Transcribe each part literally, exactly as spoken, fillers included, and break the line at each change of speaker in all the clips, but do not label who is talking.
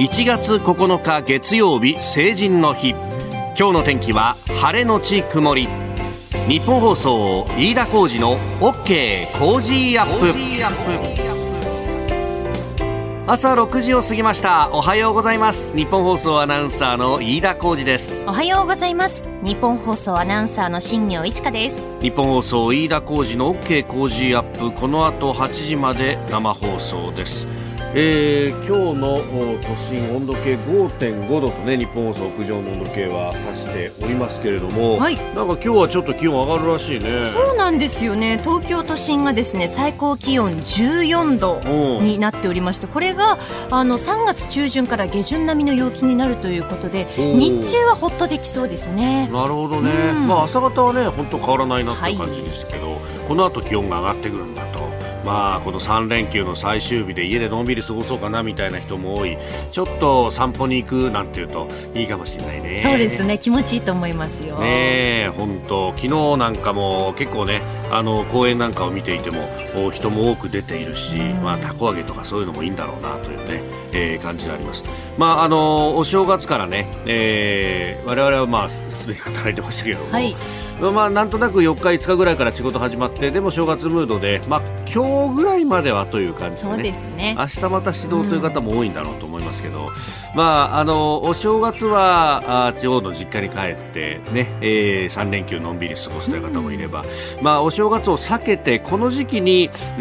いちがつここのか月曜日、成人の日。今日の天気は晴れのち曇り。日本放送飯田浩司の OK コージーアップ。朝ろくじを過ぎました。おはようございます。日本放送アナウンサーの飯田浩司です。
おはようございます。日本放送アナウンサーの新業一華です。
日本放送飯田浩司の OK コージーアップ、この後はちじまで生放送です。えー、今日の都心温度計 ごてんごどとね、日本放送屋上の温度計は指しておりますけれども、はい、なんか今日はちょっと気温上がるらしいね。
そうなんですよね。東京都心がですね、最高気温じゅうよんどになっておりまして、これがあのさんがつ中旬から下旬並みの陽気になるということで、日中はほっとできそうですね。
なるほどね、うん、まあ、朝方はね本当変わらないなっていう感じですけど、はい、この後気温が上がってくるんだと。まあ、このさんれんきゅうの最終日で家でのんびり過ごそうかなみたいな人も多い。ちょっと散歩に行くなんていうといいかもしれないね。
そうですね、気持ちいいと思いますよ
ね。本当、昨日なんかも結構ね、あの公園なんかを見ていても人も多く出ているし、まあ、たこ揚げとかそういうのもいいんだろうなというね、えー、感じがあります。まあ、あのお正月からね、えー、我々はまあすでに働いてましたけども、はい、まあ、なんとなくよっかいつかぐらいから仕事始まって、でも正月ムードで、まあ、今日ぐらいまではという感じでね。
そうですね。
明日また始動という方も多いんだろうと思いますけど、うん、まあ、あのお正月はあ地方の実家に帰ってね、えー、さんれんきゅうのんびり過ごすという方もいれば、うん、まあ、お正月を避けてこの時期に、うん、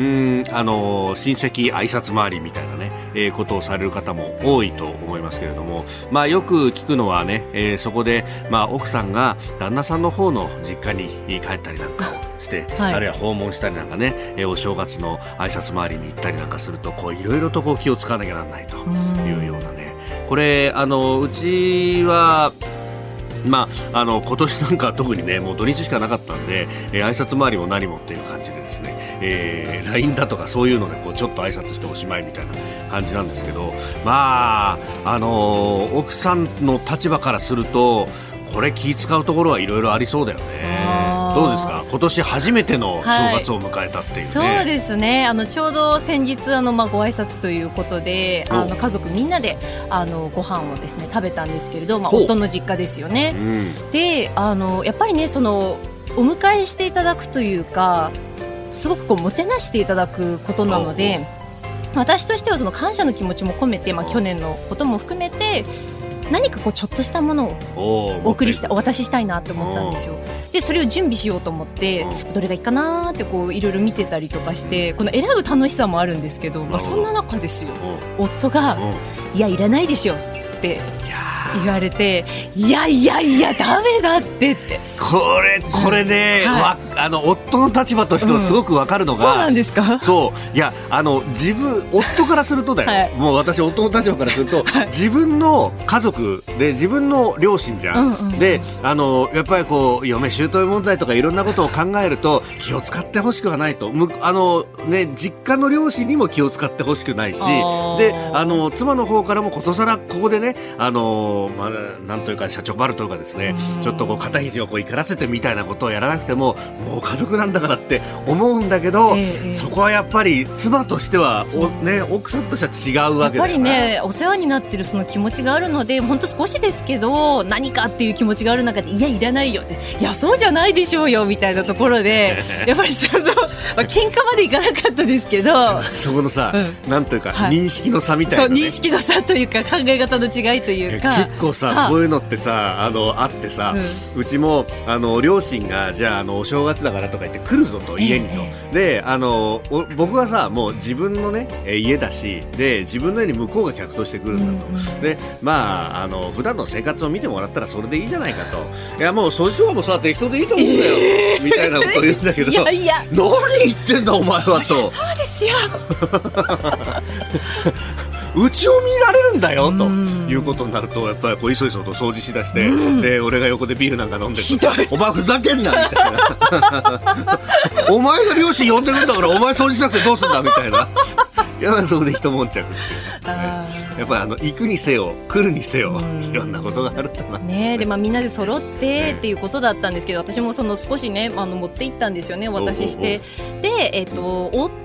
あの親戚挨拶回りみたいなね、えー、ことをされる方も多いと思いますけれども、まあ、よく聞くのはね、えー、そこで、まあ、奥さんが旦那さんの方の実家に帰ったりなんかをして、はい、あるいは訪問したりなんかね、えー、お正月の挨拶回りに行ったりなんかすると、こういろいろとこう気を使わなきゃならないというようなね。これあのうちはまあ、あの今年なんか特にね、もう土日しかなかったんで、えー、挨拶回りも何もっていう感じでですね、えー、ライン だとかそういうのでこうちょっと挨拶しておしまいみたいな感じなんですけど、まあ、あのー、奥さんの立場からするとこれ気使うところはいろいろありそうだよね。どうですか、今年初めての正月を迎えたっていうね。はい、
そうですね。あのちょうど先日あの、まあ、ご挨拶ということで、あの家族みんなであのご飯をですね食べたんですけれど、まあ、夫の実家ですよね。うん、であのやっぱりね、そのお迎えしていただくというか、すごくこうもてなしていただくことなので、私としてはその感謝の気持ちも込めて、まあ、去年のことも含めて何かこうちょっとしたものをお送りしたお渡ししたいなと思ったんですよ。でそれを準備しようと思って、どれがいいかなってこういろいろ見てたりとかして、この選ぶ楽しさもあるんですけど、まあ、そんな中ですよ、夫がいやいらないでしょって言われて、いやいやいやダメだってって
これこれで、うん、はい、あの夫の立場としてもすごく分かるのが、うん、
そうなんですか。
そういやあの自分夫からするとだよ、はい、もう私夫の立場からすると、はい、自分の家族で自分の両親じゃん、うんうんうん、であのやっぱりこう嫁姑問題とかいろんなことを考えると気を使ってほしくはないと、あの、ね、実家の両親にも気を使ってほしくないし、であの妻の方からもことさらここでね、あのまあ、なんというか社長バルというかですね、ちょっとこう肩肘をこう怒らせてみたいなことをやらなくてももう家族なんだからって思うんだけど、えー、そこはやっぱり妻としてはお、ね、奥さんとしては違うわけだよね。
やっぱりね、お世話になってるその気持ちがあるので、本当少しですけど何かっていう気持ちがある中で、いやいらないよって、いやそうじゃないでしょうよみたいなところでやっぱりちょっと、まあ、喧嘩までいかなかったですけど
そこのさ、うん、なんというか、はい、認識の差みたいな、
ね、そう認識の差というか考え方の違いというか、
結構さそういうのってさ あのあってさ、うん、うちもあの両親がじゃあ、あのお正月だからとか言って来るぞと家にと、えー、であの僕はさもう自分の、ね、家だし、で自分の家に向こうが客として来るんだと、うんうん、でまああの普段の生活を見てもらったらそれでいいじゃないかと、いやもう掃除とかもさ適当でいいと思うんだよ、えー、みたいなことを言うんだけどいやいや何言ってんだお前はと、
そうですよ
うちを見られるんだよということになると、やっぱりこういそいそと掃除しだして、で俺が横でビールなんか飲んでると、お前ふざけんなみたいなお前が両親呼んでるんだからお前掃除しなくてどうすんだみたいな、いやそこで一悶着っていう、ね、やっぱりあの行くにせよ来るにせよいろんなことがあるんだな、
ね、で、まあ、みんなで揃ってっていうことだったんですけど、私もその少しねあの持って行ったんですよね、お渡しして。で、えー、と夫の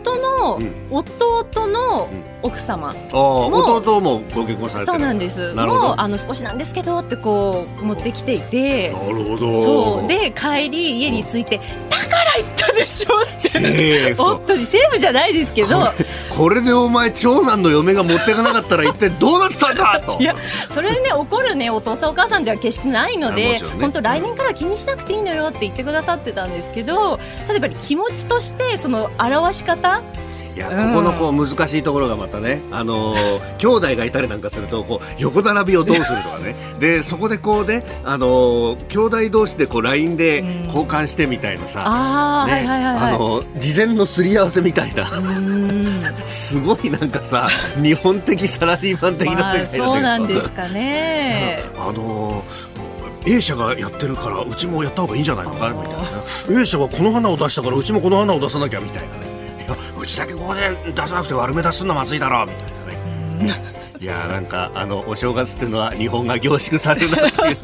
の弟の奥様も、
うん、あ弟もご結婚されてる。
そうなんです。もうあの少しなんですけどってこう持ってきていて、
なるほど。
そうで帰り家に着いて、だから言ったでしょって夫に、セーフじゃないですけど、
これ、これでお前長男の嫁が持っていかなかったら一体どうなったんだと。
いやそれでね怒るねお父さんお母さんでは決してないので、ね、本当来年から気にしなくていいのよって言ってくださってたんですけど、例えば気持ちとしてその表し方、
いや、ここのこう難しいところがまたね、あのー、兄弟がいたりなんかするとこう横並びをどうするとかねでそこでこうね、あのー、兄弟同士でこう ライン で交換してみたいなさ、
あ、ね、はいはいはいはい、
あのー、事前のすり合わせみたいなすごいなんかさ日本的サラリーマン的な世界なんだけど、
まあ、そうなんですかね
あのーA 社がやってるからうちもやった方がいいんじゃないのかみたいな、 A 社はこの花を出したからうちもこの花を出さなきゃみたいなね、いやうちだけここで出さなくて悪目立つのはまずいだろうみたいなねいやなんかあのお正月っていうのは日本が凝縮されるなっていう、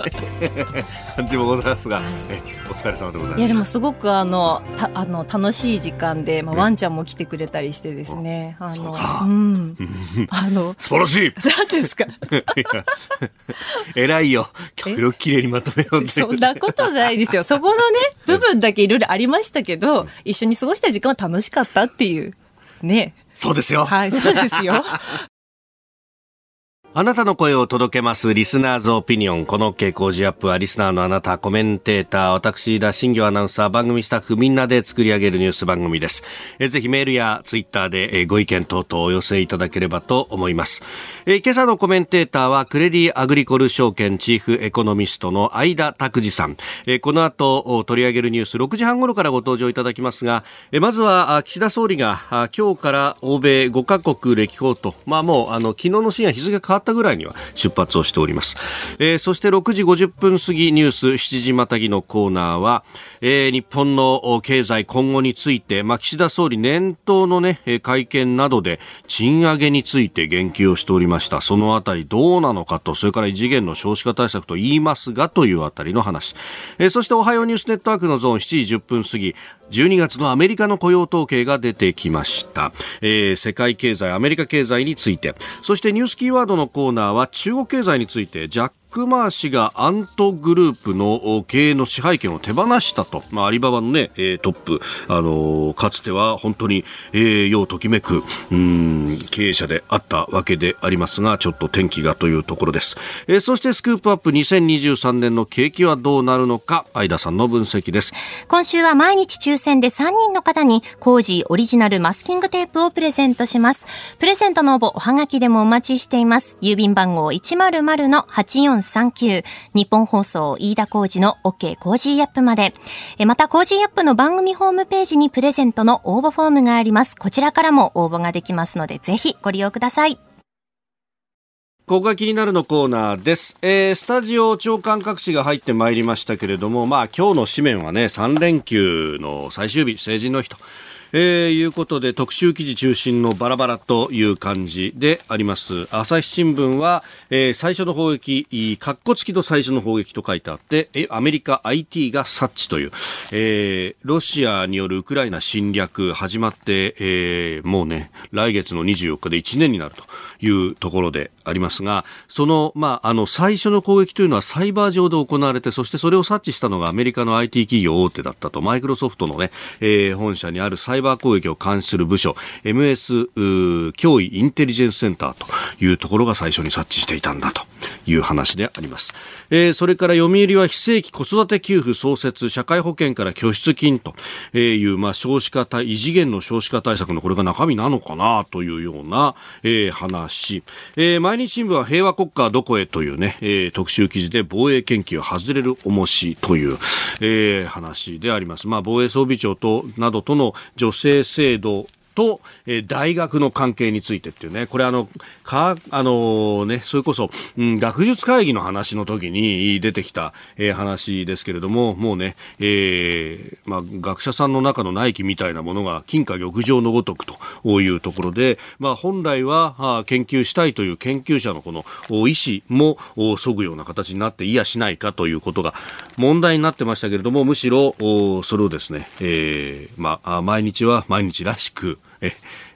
ね、感じもございますが、えお疲れ様でございます。
いやでもすごくあのたあの楽しい時間で、まあ、ワンちゃんも来てくれたりしてですね、あのうん、あの
素晴らしい。
何ですか
偉いよ、極力きれいにまとめようって。
そんなことないですよ。そこのね部分だけいろいろありましたけど、一緒に過ごした時間は楽しかったっていうね。
そうですよ。
はい、そうですよ
あなたの声を届けますリスナーズオピニオン。この傾向時アップはリスナーのあなた、コメンテーター、私田新行アナウンサー、番組スタッフみんなで作り上げるニュース番組です。えぜひメールやツイッターでご意見等々お寄せいただければと思います。え今朝のコメンテーターはクレディアグリコル証券チーフエコノミストの相田拓司さん。えこの後取り上げるニュースろくじはん頃からご登場いただきますが、えまずは岸田総理が今日から欧米ごカ国歴訪と、まあもうあの昨日の深夜日付が変わったぐらいには出発をしております。えー、そしてろくじごじゅっぷん過ぎニュースしちじまたぎのコーナーは、えー、日本の経済今後について、まあ、岸田総理年頭のね会見などで賃上げについて言及をしておりました。そのあたりどうなのかと、それから異次元の少子化対策と言いますがというあたりの話、えー、そしておはようニュースネットワークのゾーンしちじじゅっぷん過ぎじゅうにがつのアメリカの雇用統計が出てきました。えー、世界経済アメリカ経済について、そしてニュースキーワードのコーナーは中国経済について、ジャックジャック・マー氏がアントグループの経営の支配権を手放したと、まあ、アリババの、ね、トップ、あのー、かつては本当に、えー、世をときめくうーん経営者であったわけでありますが、ちょっと転機がというところです。えー、そしてスクープアップにせんにじゅうさんねんの景気はどうなるのか、相田さんの分析です。
今週は毎日抽選でさんにんの方にコージーオリジナルマスキングテープをプレゼントします。プレゼントの応募おはがきでもお待ちしています。郵便番号 いちまるまるのはちよんさんきゅう、日本放送飯田浩司の OK コージーアップまで。またコージーアップの番組ホームページにプレゼントの応募フォームがあります。こちらからも応募ができますので、ぜひご利用ください。
ここが気になるのコーナーです。えー、スタジオ長官各紙が入ってまいりましたけれども、まあ今日の紙面はね、さん連休の最終日、成人の日と。えー、いうことで特集記事中心のバラバラという感じであります。朝日新聞は、えー、最初の砲撃、カッコ付きの最初の砲撃と書いてあって、えアメリカ アイティー が察知という、えー、ロシアによるウクライナ侵略始まって、えー、もうね来月のにじゅうよっかでいちねんになるというところでありますが、その、まあ、あの最初の攻撃というのはサイバー上で行われて、そしてそれを察知したのがアメリカの アイティー 企業大手だったと。マイクロソフトのね、えー、本社にあるサイバーサイバー攻撃を監視する部署 エムエス 脅威インテリジェンスセンターというところが最初に察知していたんだという話であります。えー、それから読売は非正規子育て給付創設、社会保険から拠出金という、まあ、少子化対異次元の少子化対策のこれが中身なのかなというような、えー、話、えー、毎日新聞は平和国家はどこへというね、えー、特集記事で防衛研究外れる重しという、えー、話であります。まあ、防衛装備庁となどとの女性制度と、えー、大学の関係についてっていうね、これあの、か、あのー、ね、それこそ、うん、学術会議の話の時に出てきた、えー、話ですけれども、もうね、えー、まあ、学者さんの中の内規みたいなものが金貨玉状のごとくというところで、まあ、本来はあ研究したいという研究者のこの意思もそぐような形になっていやしないかということが問題になってましたけれども、むしろそれをですね、えー、まあ、毎日は毎日らしく、ええ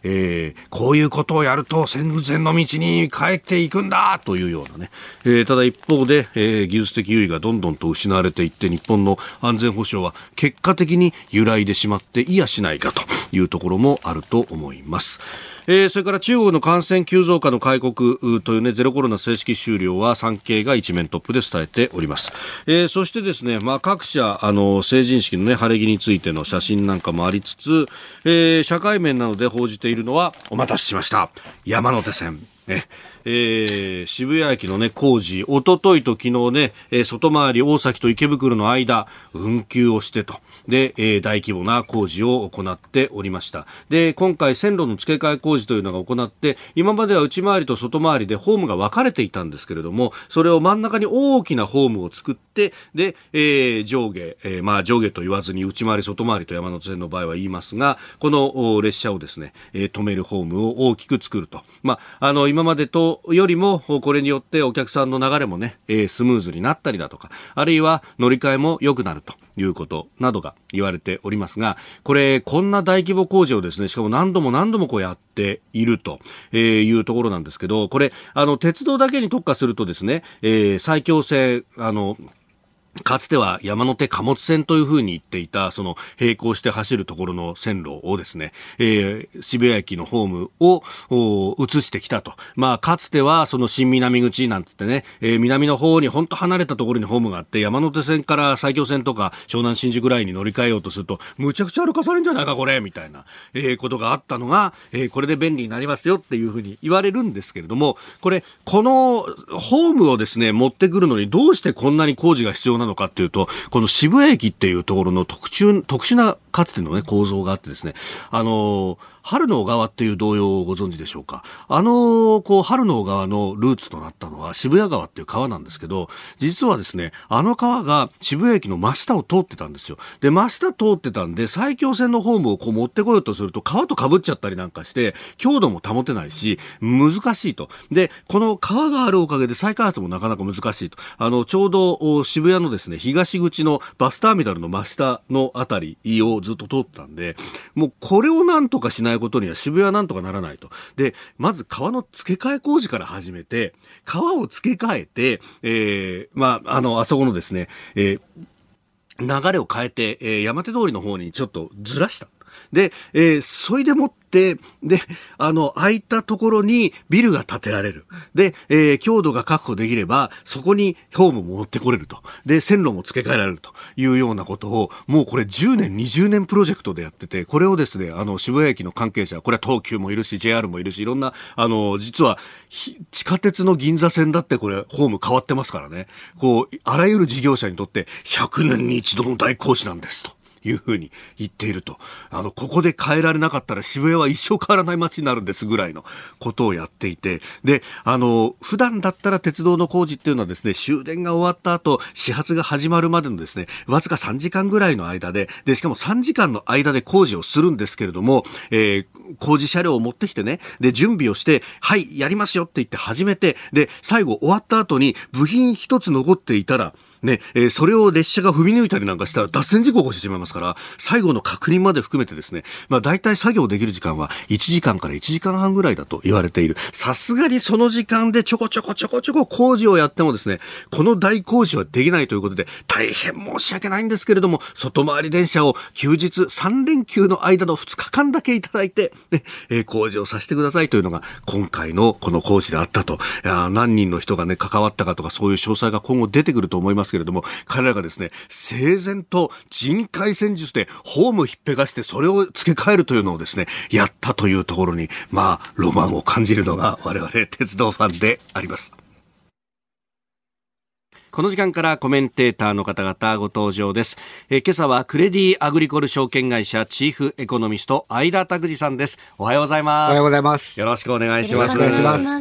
えー、こういうことをやると戦前の道に帰っていくんだというようなね、えー、ただ一方で、えー、技術的優位がどんどんと失われていって日本の安全保障は結果的に揺らいでしまっていやしないかというところもあると思います。えー、それから中国の感染急増下の開国というねゼロコロナ正式終了は産経が一面トップで伝えております。えー、そしてですね、まあ、各社あの成人式のね晴れ着についての写真なんかもありつつ、えー、社会面などで報じているのはお待たせしました山手線ねえー、渋谷駅のね工事、おとといと昨日ね、えー、外回り大崎と池袋の間運休をしてとで、えー、大規模な工事を行っておりました。で今回線路の付け替え工事というのが行って今までは内回りと外回りでホームが分かれていたんですけれどもそれを真ん中に大きなホームを作ってで、えー、上下、えー、まあ上下と言わずに内回り外回りと山手線の場合は言いますがこの列車をですね、えー、止めるホームを大きく作ると、まあ、あの今までとよりもこれによってお客さんの流れもね、えー、スムーズになったりだとかあるいは乗り換えも良くなるということなどが言われておりますがこれこんな大規模工事をですねしかも何度も何度もこうやっているというところなんですけどこれあの鉄道だけに特化するとですね、えー、埼京線あのかつては山手貨物線というふうに言っていたその並行して走るところの線路をですね、えー、渋谷駅のホームを移してきたと。まあかつてはその新南口なんつってね、えー、南の方に本当離れたところにホームがあって山手線から埼京線とか湘南新宿ラインに乗り換えようとするとむちゃくちゃ歩かされるんじゃないかこれみたいな、えー、ことがあったのが、えー、これで便利になりますよっていうふうに言われるんですけれどもこれこのホームをですね持ってくるのにどうしてこんなに工事が必要なのかっていうとこの渋谷駅っていうところの特殊、特殊なかつてのね構造があってですねあの春の小川っていう童謡をご存知でしょうか。あのこう春の小川のルーツとなったのは渋谷川っていう川なんですけど実はですねあの川が渋谷駅の真下を通ってたんですよ。で真下通ってたんで埼京線のホームをこう持ってこようとすると川と被っちゃったりなんかして強度も保てないし難しいと。でこの川があるおかげで再開発もなかなか難しいと。あのちょうど渋谷のですね東口のバスターミナルの真下のあたりをずっと通ってたんでもうこれをなんとかしないことには渋谷はなんとかならないと。でまず川の付け替え工事から始めて川を付け替えて、えー、まああのあそこのですね、えー、流れを変えて、えー、山手通りの方にちょっとずらした。で、えー、そいでもってであの空いたところにビルが建てられる。で、えー、強度が確保できればそこにホームも持ってこれると。で線路も付け替えられるというようなことをもうこれじゅうねんにじゅうねんプロジェクトでやっててこれをですねあの渋谷駅の関係者これは東急もいるし ジェイアール もいるしいろんなあの実は地下鉄の銀座線だってこれホーム変わってますからねこうあらゆる事業者にとってひゃくねんに一度の大工事なんですというふうに言っていると。あのここで変えられなかったら渋谷は一生変わらない街になるんですぐらいのことをやっていてであの普段だったら鉄道の工事っていうのはですね終電が終わった後始発が始まるまでのですねわずかさんじかんぐらいの間ででしかもさんじかんの間で工事をするんですけれども、えー、工事車両を持ってきてねで準備をしてはいやりますよって言って始めてで最後終わった後に部品一つ残っていたらね、えー、それを列車が踏み抜いたりなんかしたら脱線事故を起こしてしまいますから最後の確認まで含めてですねまあ大体作業できる時間はいちじかんからいちじかんはんぐらいだと言われている。さすがにその時間でちょこちょこちょこちょこ工事をやってもですねこの大工事はできないということで大変申し訳ないんですけれども外回り電車を休日さん連休の間のふつかかんだけいただいて、ねえー、工事をさせてくださいというのが今回のこの工事であったと。いや何人の人がね関わったかとかそういう詳細が今後出てくると思いますけれども彼らがですね整然と人海戦術でホームひっぺがしてそれを付け替えるというのをですねやったというところにまあロマンを感じるのが我々鉄道ファンであります。この時間からコメンテーターの方々ご登場です。え今朝はクレディアグリコル証券会社チーフエコノミスト相田拓司さんです。おはようございます。
おはようございます。
よろしくお願いします。
よろしくお願いします。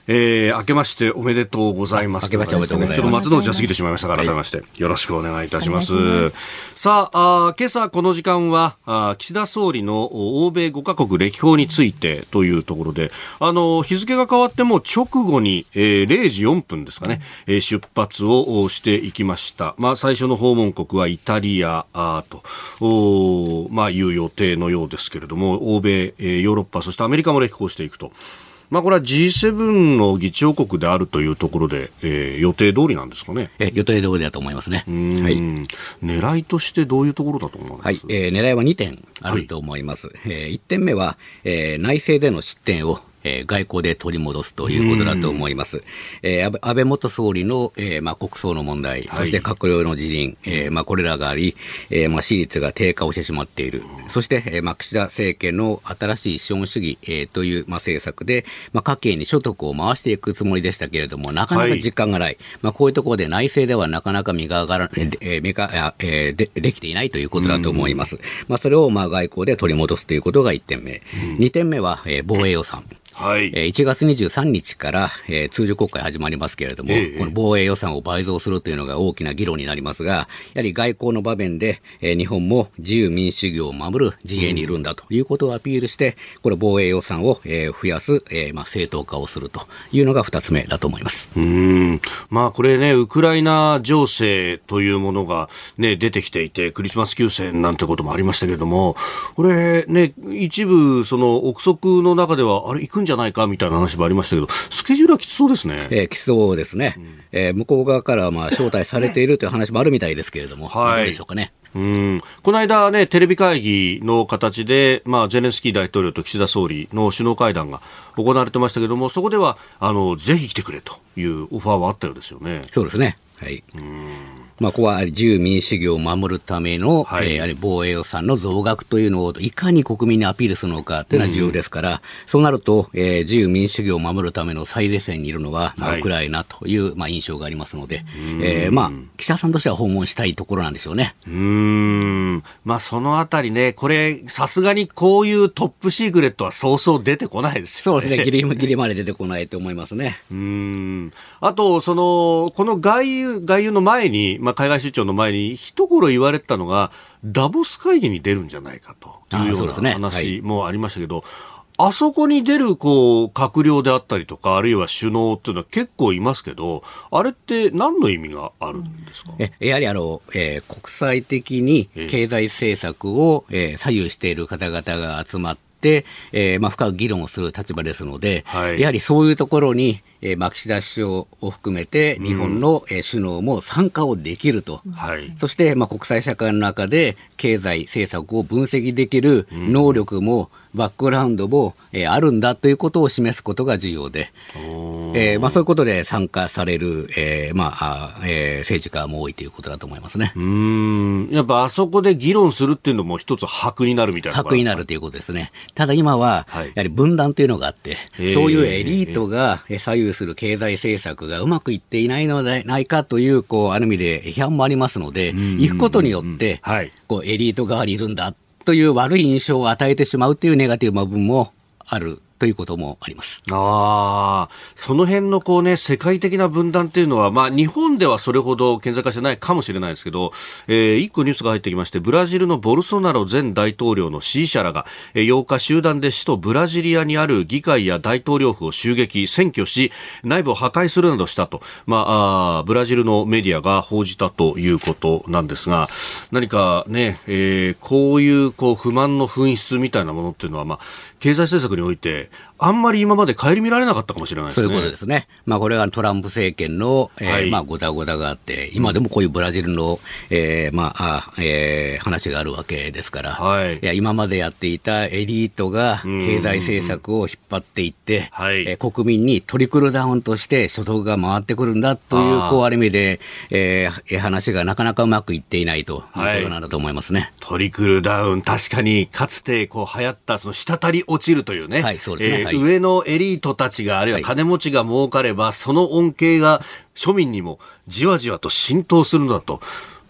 えー、明けましておめでとうございます。
明けましておめでとうございます。
ちょっと松の内は過ぎてしまいましたが、改めまして、はい、よろしくお願いいたします。ますさあ、あ今朝この時間はあ岸田総理の欧米ごカ国歴訪についてというところで、あの日付が変わっても直後に、えー、れいじよんぷんですかね、えー、出発をしていきました。まあ、最初の訪問国はイタリアあとお、まあ、いう予定のようですけれども、欧米、えー、ヨーロッパそしてアメリカも歴訪していくと。まあ、これは ジーセブン の議長国であるというところで、えー、予定通りなんですかね。
え予定通りだと思いますね。
うん、はい、狙いとしてどういうところだと思いますか。
はい、えー、狙いはにてんあると思います。はい、えー、いってんめは、えー、内政での失点をえー、外交で取り戻すということだと思います。えー、安倍元総理の、えーまあ、国葬の問題、はい、そして閣僚の辞任、えーまあ、これらがあり、えーまあ、支持率が低下をしてしまっている。そして、えーまあ、岸田政権の新しい資本主義、えー、という、まあ、政策で、まあ、家計に所得を回していくつもりでしたけれども、なかなか実感がない。はい、まあ、こういうところで内政ではなかなか身が上がら、えー身がえー、で, できていないということだと思います。まあ、それを、まあ、外交で取り戻すということがいってんめ。にてんめは、えー、防衛予算。はい、いちがつにじゅうさんにちから、えー、通常国会始まりますけれども、えー、この防衛予算を倍増するというのが大きな議論になりますが、やはり外交の場面で、えー、日本も自由民主主義を守る陣営にいるんだということをアピールして、これ防衛予算を、えー、増やす、えーまあ、正当化をするというのがふたつめだと思います。
うーん、まあ、これね、ウクライナ情勢というものが、ね、出てきていて、クリスマス休戦なんてこともありましたけれども、これね、一部その憶測の中ではあれ行くんじゃないかみたいな話もありましたけど、スケジュールはきつそうですね。
えー、きつそうですね。うん、えー、向こう側からまあ招待されているという話もあるみたいですけれども、はい、どうでしょうかね。
うん、この間ね、テレビ会議の形で、まあ、ゼレンスキー大統領と岸田総理の首脳会談が行われてましたけども、そこではあのぜひ来てくれというオファーはあったようですよね。
そうですね。はい。うん、まあ、ここは自由民主主義を守るための、はい、えー、あれ防衛予算の増額というのをいかに国民にアピールするのかというのは重要ですから、うん、そうなると、えー、自由民主主義を守るための最前線にいるのは、まあ、ウクライナという、まあ、印象がありますので、えーまあ、岸田さんとしては訪問したいところなんでしょうね。
うーん、まあ、そのあたりね、これさすがにこういうトップシークレットはそうそう出てこないですよね。
そうですね、ギリギリまで出てこないと思いますね。
うーん、あとそのこの外遊、外遊の前に、まあ、海外出張の前に一頃言われてたのがダボス会議に出るんじゃないかというような話もありましたけど、 あ, ね、はい、あそこに出るこう閣僚であったりとかあるいは首脳っていうのは結構いますけど、あれって何の意味があるんですか。
えやはりあの、えー、国際的に経済政策を、えー、左右している方々が集まってで、えーまあ、深く議論をする立場ですので、はい、やはりそういうところに、えーまあ、岸田首相を含めて日本の、うん、えー、首脳も参加をできると、はい、そして、まあ、国際社会の中で経済政策を分析できる能力も、うん、バックグラウンドも、えー、あるんだということを示すことが重要で、えーまあ、そういうことで参加される、えーまあえー、政治家も多いということだと思いますね。
うーん、やっぱあそこで議論するっていうのも一つ箔になるみたいな。
箔になるということですね。ただ今は、はい、やはり分断というのがあって、そういうエリートが左右する経済政策がうまくいっていないのではないかという、こうある意味で批判もありますので、行くことによって、はい、こうエリート側にいるんだという悪い印象を与えてしまうというネガティブな部分もあるということもあります。
ああ、その辺のこうね、世界的な分断っていうのは、まあ日本ではそれほど顕在化してないかもしれないですけど、えー、一個ニュースが入ってきまして、ブラジルのボルソナロ前大統領の支持者らが、えー、ようか集団で首都ブラジリアにある議会や大統領府を襲撃、占拠し、内部を破壊するなどしたと、まあ、あブラジルのメディアが報じたということなんですが、何かね、えー、こういうこう不満の噴出みたいなものっていうのは、まあ経済政策においてあんまり今まで顧みられなかったかもしれないですね。
そういうことですね。まあ、これがトランプ政権の、えーはい、まあ、ごたごたがあって、今でもこういうブラジルの、えーまあえー、話があるわけですから、はい、いや今までやっていたエリートが経済政策を引っ張っていって、はい、えー、国民にトリクルダウンとして所得が回ってくるんだという、こうある意味で、えー、話がなかなかうまくいっていないということなんだと思いますね。はい、
トリクルダウン、確かにかつてこう流行ったその滴り落ちるというね、はい、そうですね、えーはい、上のエリートたちがあるいは金持ちが儲かれば、はい、その恩恵が庶民にもじわじわと浸透するんだと。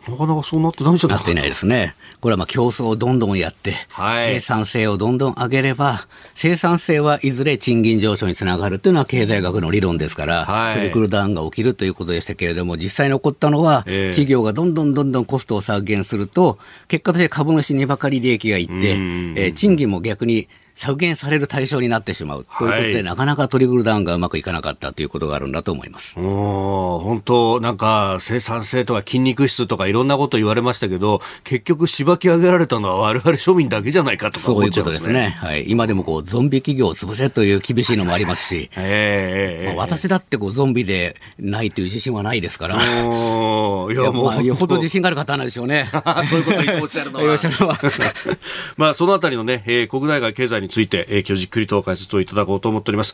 なかなかそうなってないんじゃないか
なっていないですね。これはまあ競争をどんどんやって、はい、生産性をどんどん上げれば、生産性はいずれ賃金上昇につながるというのは経済学の理論ですから、はい、トリクルダウンが起きるということでしたけれども、実際に起こったのは、えー、企業がどんどんどんどんコストを削減すると、結果として株主にばかり利益がいって、えー、賃金も逆に削減される対象になってしまうということで、はい、なかなかトリクルダウンがうまくいかなかったということがあるんだと思います。
お本当なんか生産性とか筋肉質とかいろんなこと言われましたけど、結局しばき上げられたのは我々庶民だけじゃないかとか思っちゃいますね。
そういうことですね、はい、今でもこうゾンビ企業を潰せという厳しいのもありますし、えーまあ、私だってこうゾンビでないという自信はないですから、おいやもうまあ、よほど自信がある方なんでしょうね
そういうことをおっしゃるのはまあそのあたりのね、えー、国内外経済について、えー、今日じっくりと解説をいただこうと思っております。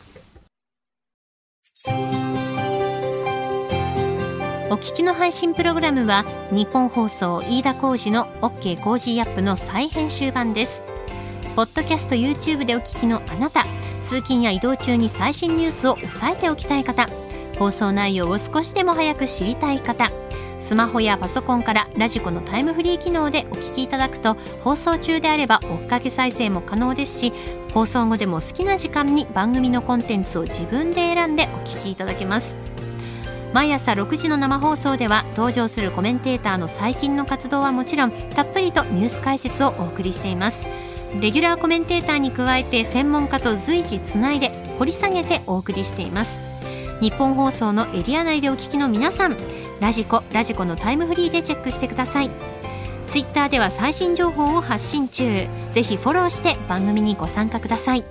お聞きの配信プログラムは日本放送飯田浩司の OK コージーアップの再編集版です。ポッドキャスト YouTube でお聞きのあなた、通勤や移動中に最新ニュースを押さえておきたい方、放送内容を少しでも早く知りたい方、スマホやパソコンからラジコのタイムフリー機能でお聞きいただくと、放送中であれば追っかけ再生も可能ですし、放送後でも好きな時間に番組のコンテンツを自分で選んでお聞きいただけます。毎朝ろくじの生放送では登場するコメンテーターの最近の活動はもちろん、たっぷりとニュース解説をお送りしています。レギュラーコメンテーターに加えて専門家と随時つないで掘り下げてお送りしています。日本放送のエリア内でお聞きの皆さん、ラジコ、ラジコのタイムフリーでチェックしてください。ツイッターでは最新情報を発信中。ぜひフォローして番組にご参加ください。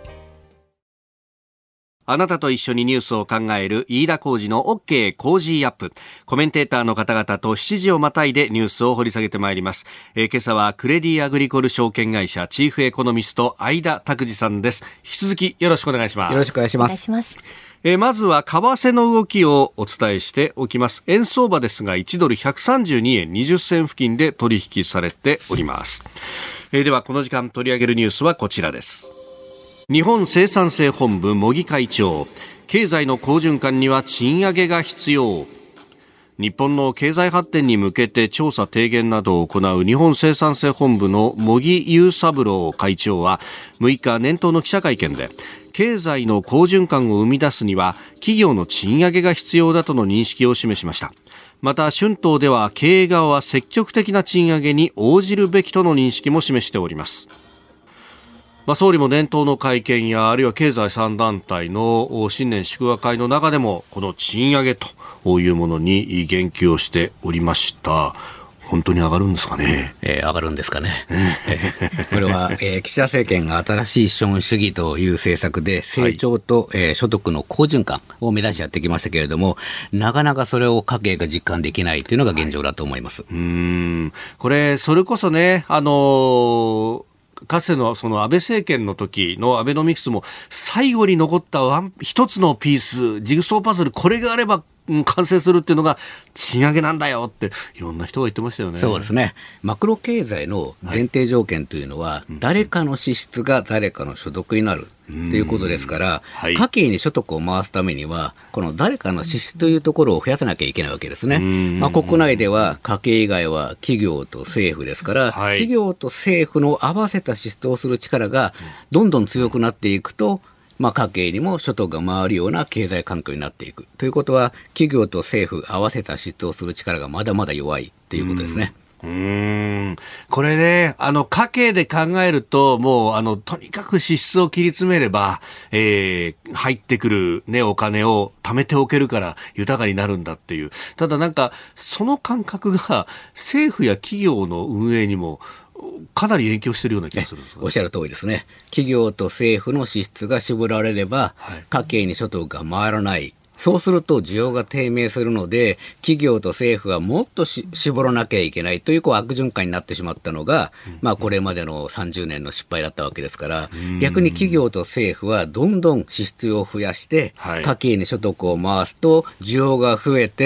あなたと一緒にニュースを考える飯田浩司の OK コージーアップ。コメンテーターの方々としちじをまたいでニュースを掘り下げてまいります。えー、今朝はクレディアグリコル証券会社チーフエコノミスト相田拓司さんです。引き続きよろしくお願いします。
よろしくお願いします。
お願いします。
えー、まずは為替の動きをお伝えしておきます。円相場ですがいちドルひゃくさんじゅうにえんにじゅっせん付近で取引されております。えー、ではこの時間取り上げるニュースはこちらです。日本生産性本部茂木会長、経済の好循環には賃上げが必要。日本の経済発展に向けて調査提言などを行う日本生産性本部の茂木雄三郎会長はむいか年頭の記者会見で、経済の好循環を生み出すには企業の賃上げが必要だとの認識を示しました。また春闘では経営側は積極的な賃上げに応じるべきとの認識も示しております。まあ、総理も年頭の会見やあるいは経済さん団体の新年祝賀会の中でもこの賃上げというものに言及をしておりました。本当に上がるんですかね。
えー、上がるんですかね。これは、えー、岸田政権が新しい資本主義という政策で成長と、はい、えー、所得の好循環を目指しやってきましたけれども、なかなかそれを家計が実感できないというのが現状だと思います。
はい、うーんこれそれこそね、あのーかつてのその安倍政権の時のアベノミクスも最後に残ったワン一つのピース、ジグソーパズル、これがあれば完成するっていうのが賃上げなんだよっていろんな人が言ってましたよね。
そうですね。マクロ経済の前提条件というのは、はい、誰かの支出が誰かの所得になるということですから、はい、家計に所得を回すためにはこの誰かの支出というところを増やさなきゃいけないわけですね。まあ、国内では家計以外は企業と政府ですから、はい、企業と政府の合わせた支出をする力がどんどん強くなっていくと、まあ、家計にも所得が回るような経済環境になっていくということは、企業と政府合わせた支出をする力がまだまだ弱いということですね。
うーんこれね、あの家計で考えるともうあのとにかく支出を切り詰めれば、えー、入ってくる、ね、お金を貯めておけるから豊かになるんだっていう。ただなんかその感覚が政府や企業の運営にもかなり影響しているような気がするんですか、ね、
おっしゃる通りですね。企業と政府の支出が絞られれば、はい、家計に所得が回らない。そうすると需要が低迷するので、企業と政府はもっとし絞らなきゃいけないという、こう悪循環になってしまったのが、うんまあ、これまでのさんじゅうねんの失敗だったわけですから、逆に企業と政府はどんどん支出を増やして、はい、家計に所得を回すと需要が増えて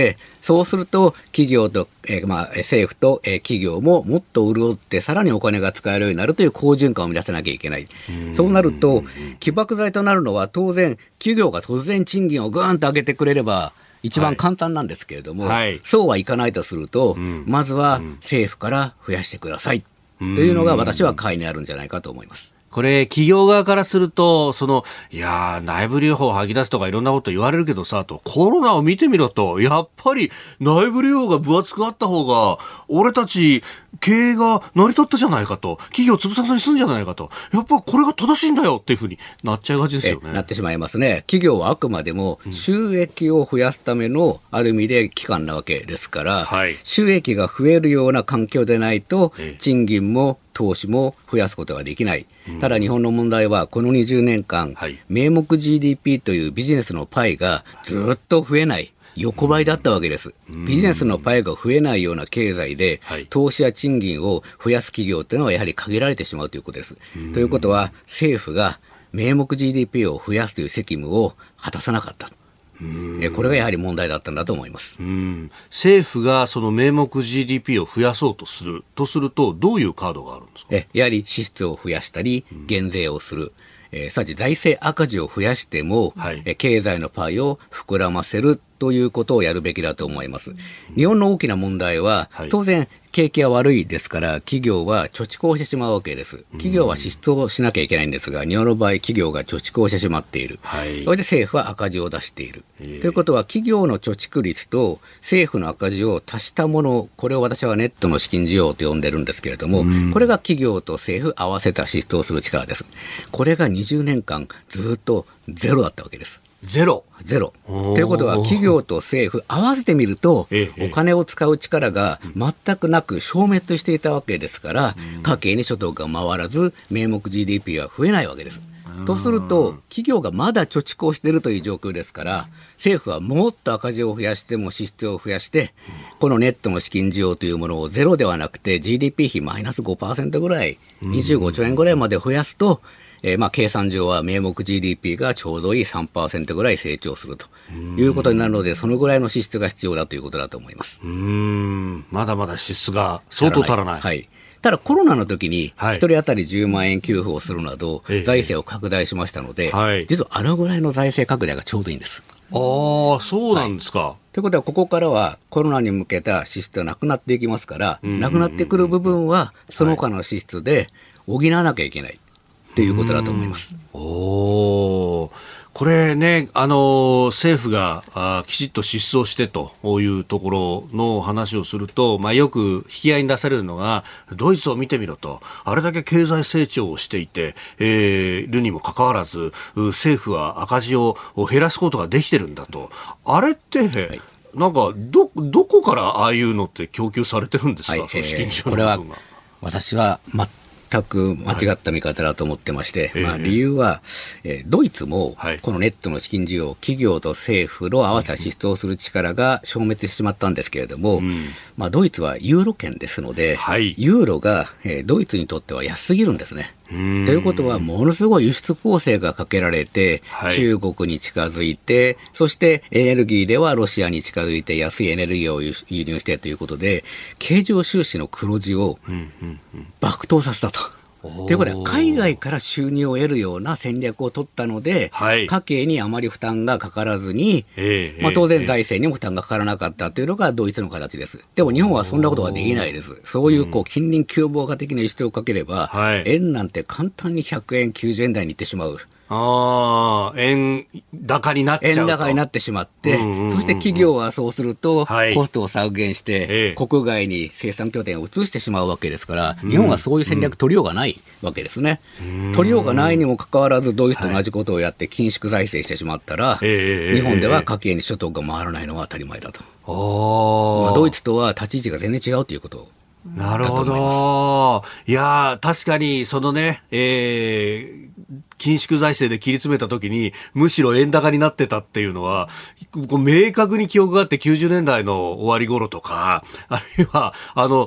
そうすると企業と、えーまあ、政府と、えー、企業ももっと潤ってさらにお金が使えるようになるという好循環を生み出さなきゃいけない。そうなると起爆剤となるのは当然企業が突然賃金をぐーんと上げてくれれば一番簡単なんですけれども、はい、そうはいかないとすると、うん、まずは政府から増やしてくださいというのが私は解にあるんじゃないかと思います。
これ企業側からするとそのいや内部留保を吐き出すとかいろんなこと言われるけどさとコロナを見てみろとやっぱり内部留保が分厚くあった方が俺たち経営が成り立ったじゃないかと企業潰さずに済んじゃないかとやっぱこれが正しいんだよっていうふうになっちゃいがちですよね。
なってしまいますね。企業はあくまでも収益を増やすためのある意味で機関なわけですから、はい、収益が増えるような環境でないと賃金も投資も増やすことができない。ただ日本の問題はこのにじゅうねんかん、はい、名目 ジーディーピー というビジネスのパイがずっと増えない。横ばいだったわけです。ビジネスのパイが増えないような経済で、はい、投資や賃金を増やす企業というのはやはり限られてしまうということです。ということは政府が名目 ジーディーピー を増やすという責務を果たさなかった。えこれがやはり問題だったんだと思います。
うん政府がその名目 ジーディーピー を増やそうとするとするとどういうカードがあるんですか。
えやはり支出を増やしたり減税をする、えー、さち財政赤字を増やしても、はい、え経済のパイを膨らませるということをやるべきだと思います。日本の大きな問題は、はい、当然景気は悪いですから企業は貯蓄をしてしまうわけです。企業は支出をしなきゃいけないんですが日本の場合企業が貯蓄をしてしまっている、はい、それで政府は赤字を出している、ということは企業の貯蓄率と政府の赤字を足したもの、これを私はネットの資金需要と呼んでるんですけれども、これが企業と政府合わせた支出をする力です。これがにじゅうねんかんずっとゼロだったわけです。
ゼロ
ゼロということは企業と政府合わせてみるとお金を使う力が全くなく消滅していたわけですから家計に所得が回らず名目 ジーディーピー は増えないわけです。とすると企業がまだ貯蓄をしているという状況ですから政府はもっと赤字を増やしても支出を増やしてこのネットの資金需要というものをゼロではなくて ジーディーピー 比マイナス ごパーセント ぐらいにじゅうごちょうえんぐらいまで増やすとえー、まあ計算上は名目 ジーディーピー がちょうどいい さんパーセント ぐらい成長するということになるのでそのぐらいの支出が必要だということだと思います。
うーんまだまだ支出が相当足らない、
はい、ただコロナの時にひとり当たりじゅうまんえん給付をするなど財政を拡大しましたので、はい、実はあのぐらいの財政拡大がちょうどいいんです。
ああそうなんですか、はい
ということはここからはコロナに向けた支出がなくなっていきますからなくなってくる部分はその他の支出で補わなきゃいけないということだと思います。
おこれね、あの政府があきちっと支出をしてというところの話をすると、まあ、よく引き合いに出されるのがドイツを見てみろとあれだけ経済成長をしていて、えー、るにもかかわらず政府は赤字を減らすことができてるんだとあれって、はいなんか ど, どこからああいうのって供給されてるんですか、はい、その資金需要の部分が。
これは私は全く間違った見方だと思ってまして、はいまあ、理由は、えー、ドイツもこのネットの資金需要企業と政府の合わせた支出をする力が消滅してしまったんですけれども、うんまあ、ドイツはユーロ圏ですので、はい、ユーロが、えー、ドイツにとっては安すぎるんですね。ということはものすごい輸出構成がかけられて、はい、中国に近づいてそしてエネルギーではロシアに近づいて安いエネルギーを輸入してということで経常収支の黒字を爆投させたと。ということは海外から収入を得るような戦略を取ったので、はい、家計にあまり負担がかからずに、えーまあ、当然財政にも負担がかからなかったというのがドイツの形です。でも日本はそんなことができないです。そういう、こう近隣凶暴化的な輸出をかければ、はい、円なんて簡単にひゃくえんきゅうじゅうえん台に行ってしまう。
ああ、円高になっちゃうと。
円高になってしまって、うんうんうんうん、そして企業はそうすると、はい、コストを削減して、ええ、国外に生産拠点を移してしまうわけですから、うん、日本はそういう戦略取りようがないわけですね。うん、取りようがないにもかかわらず、ドイツと同じことをやって緊縮財政してしまったら、はい、日本では家計に所得が回らないのは当たり前だと。まあ、ドイツとは立ち位置が全然違うということを。
なるほど。いや確かにそのね、えー、緊縮財政で切り詰めた時にむしろ円高になってたっていうのはこう明確に記憶があってきゅうじゅうねんだいの終わり頃とかあるいはあの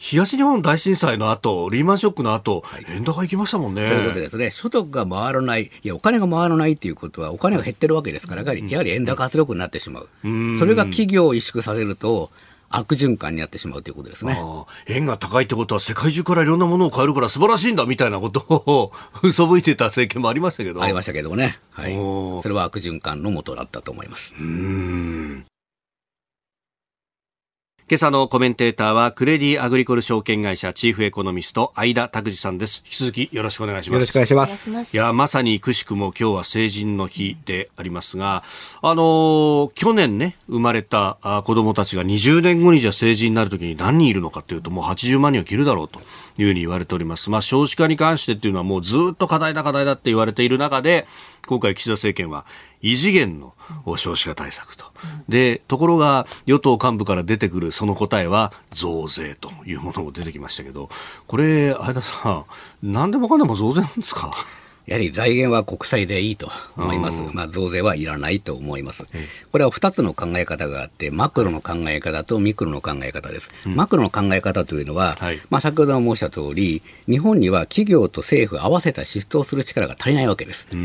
東日本大震災の後、リーマンショックの後、はい、円高行きましたもんね。
そういうことですね。所得が回らない、いや、お金が回らないということは、お金が減ってるわけですから、やはり、やはり円高圧力になってしまう。うん、それが企業を萎縮させると、悪循環になってしまうということですね。
あ、円が高いってことは世界中からいろんなものを買えるから素晴らしいんだみたいなことを嘘吹いてた政権もありましたけど。
ありましたけどね。はい。それは悪循環の元だったと思います。
うーん。今朝のコメンテーターはクレディアグリコル証券会社チーフエコノミスト相田拓司さんです。引き続きよろしくお願いします。
よろしくお願いします。
いや、まさにくしくも今日は成人の日でありますが、あのー、去年ね生まれた子どもたちがにじゅうねんごにじゃ成人になるときに何人いるのかというと、もうはちじゅうまんにんを切るだろうというふうに言われております。まあ、少子化に関してっていうのはもうずっと課題だ課題だって言われている中で、今回岸田政権は異次元の少子化対策と、でところが与党幹部から出てくるその答えは増税というものも出てきましたけど、これ相田さん、何でもかんでも増税なんですか？
やはり財源は国債でいいと思います。まあ、増税はいらないと思います。これはふたつの考え方があって、マクロの考え方とミクロの考え方です。うん、マクロの考え方というのは、はい、まあ、先ほども申した通り、日本には企業と政府合わせた支出をする力が足りないわけです。うん、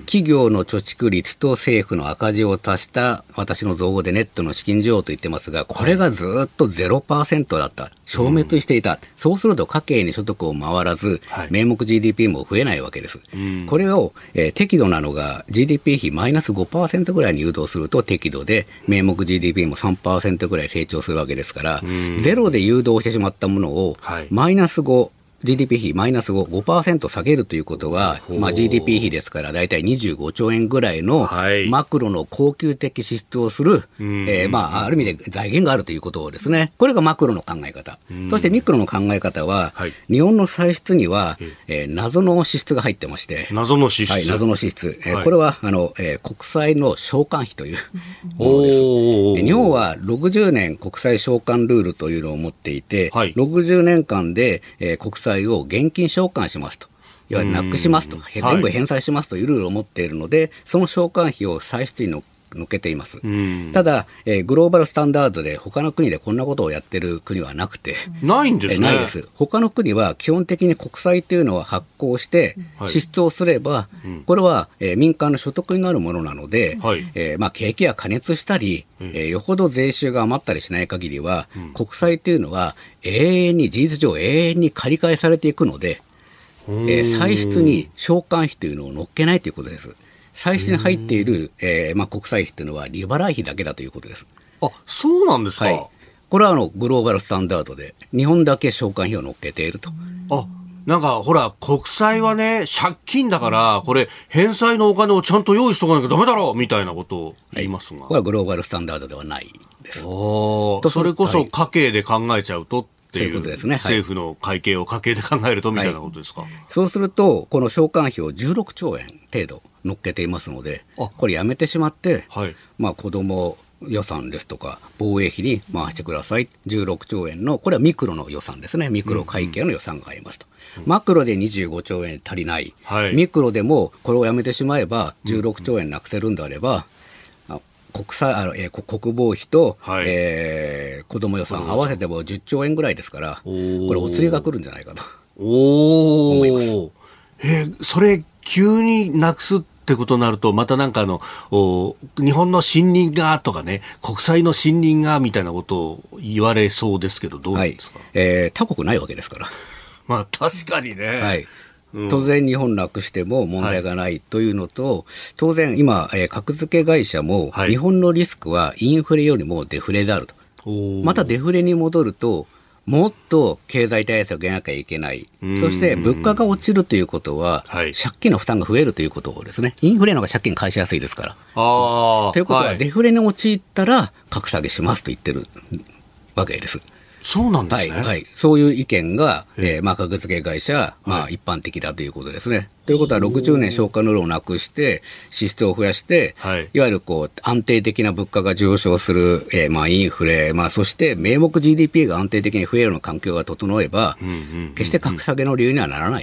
企業の貯蓄率と政府の赤字を足した私の造語でネットの資金需要と言ってますが、これがずっと ゼロパーセント だった。消滅していた。うん、そうすると家計に所得を回らず、はい、名目 ジーディーピー も増えないわけです。うん、これを、えー、適度なのが ジーディーピー 比マイナス ごパーセント ぐらいに誘導すると適度で、名目 ジーディーピー も さんパーセント ぐらい成長するわけですから、ゼロで誘導してしまったものを、はい、マイナスご、ジーディーピー 比マイナスご、ごパーセント 下げるということは、まあ、ジーディーピー 比ですからだいたいにじゅうごちょうえんぐらいのマクロの恒久的支出をする、はい、えー、まあ、ある意味で財源があるということですね。これがマクロの考え方。そしてミクロの考え方は、はい、日本の歳出には、えー、謎の支出が入ってまして、
謎の支出、
はい、謎の支出、えーはい、これはあの、えー、国債の償還費というものです。日本はろくじゅうねん国債償還ルールというのを持っていて、はい、ろくじゅうねんかんで、えー、国債を現金償還しますと、いわゆるなくしますと、全部返済しますというルールを持っているので、はい、その償還費を歳出にの乗っけています。ただ、えー、グローバルスタンダードで他の国でこんなことをやってる国はなくて、
ないんですね。
えー、ないです。他の国は基本的に国債というのは発行して支出をすれば、はい、これは、えー、民間の所得になるものなので、はい、えーまあ、景気が過熱したり、えー、よほど税収が余ったりしない限りは、うん、国債というのは永遠に事実上永遠に借り換えされていくので、えー、歳出に償還費というのを乗っけないということです。歳出に入っている、えーまあ、国債費というのは利払い費だけだということです。
あ、そうなんですか。はい、
これはあのグローバルスタンダードで日本だけ償還費を乗っけていると。
あ、なんかほら国債はね借金だからこれ返済のお金をちゃんと用意しとかなきゃダメだろうみたいなことを言いますが、はい、
これはグローバルスタンダードではないです。
おとそれこそ家計で考えちゃうとっていう、
そういうことですね。
政府の会計を家計で考えるとみたいなことですか。はい、
そうするとこの償還費をじゅうろくちょうえん程度乗っけていますので、これやめてしまって、はい、まあ、子ども予算ですとか防衛費に回してください。じゅうろくちょうえんのこれはミクロの予算ですね。ミクロ会計の予算がありますと、うんうん、マクロでにじゅうごちょうえん足りない、はい、ミクロでもこれをやめてしまえばじゅうろくちょうえんなくせるんであれば、うんうん、国債あの、えー、国防費と、はい、えー、子ども予算合わせてもじゅっちょうえんぐらいですから、これお釣りが来るんじゃないかと思います。
えー、それ急になくすってことになると、またなんかあの日本の信任がとかね、国債の信任がみたいなことを言われそうですけど、どうなんですか。はい、え
ー、他国ないわけですから
まあ確かにね、
はい、うん、当然日本なくしても問題がないというのと、はい、当然今、えー、格付け会社も、はい、日本のリスクはインフレよりもデフレであると。またデフレに戻るともっと経済対策をやらなきゃいけない。そして物価が落ちるということは、はい、借金の負担が増えるということですね。インフレの方が借金返しやすいですから。あということは、はい、デフレに陥ったら格下げしますと言ってるわけです。
そうなんですね。
はいはい、そういう意見が、えーまあ、格付け会社、まあ、一般的だということですね。はい、ということはろくじゅうねん償還ルールをなくして支出を増やして、はい、いわゆるこう安定的な物価が上昇する、えーまあ、インフレ、まあ、そして名目 ジーディーピー が安定的に増えるような環境が整えば、うんうんうんうん、決して格下げの理由にはならない。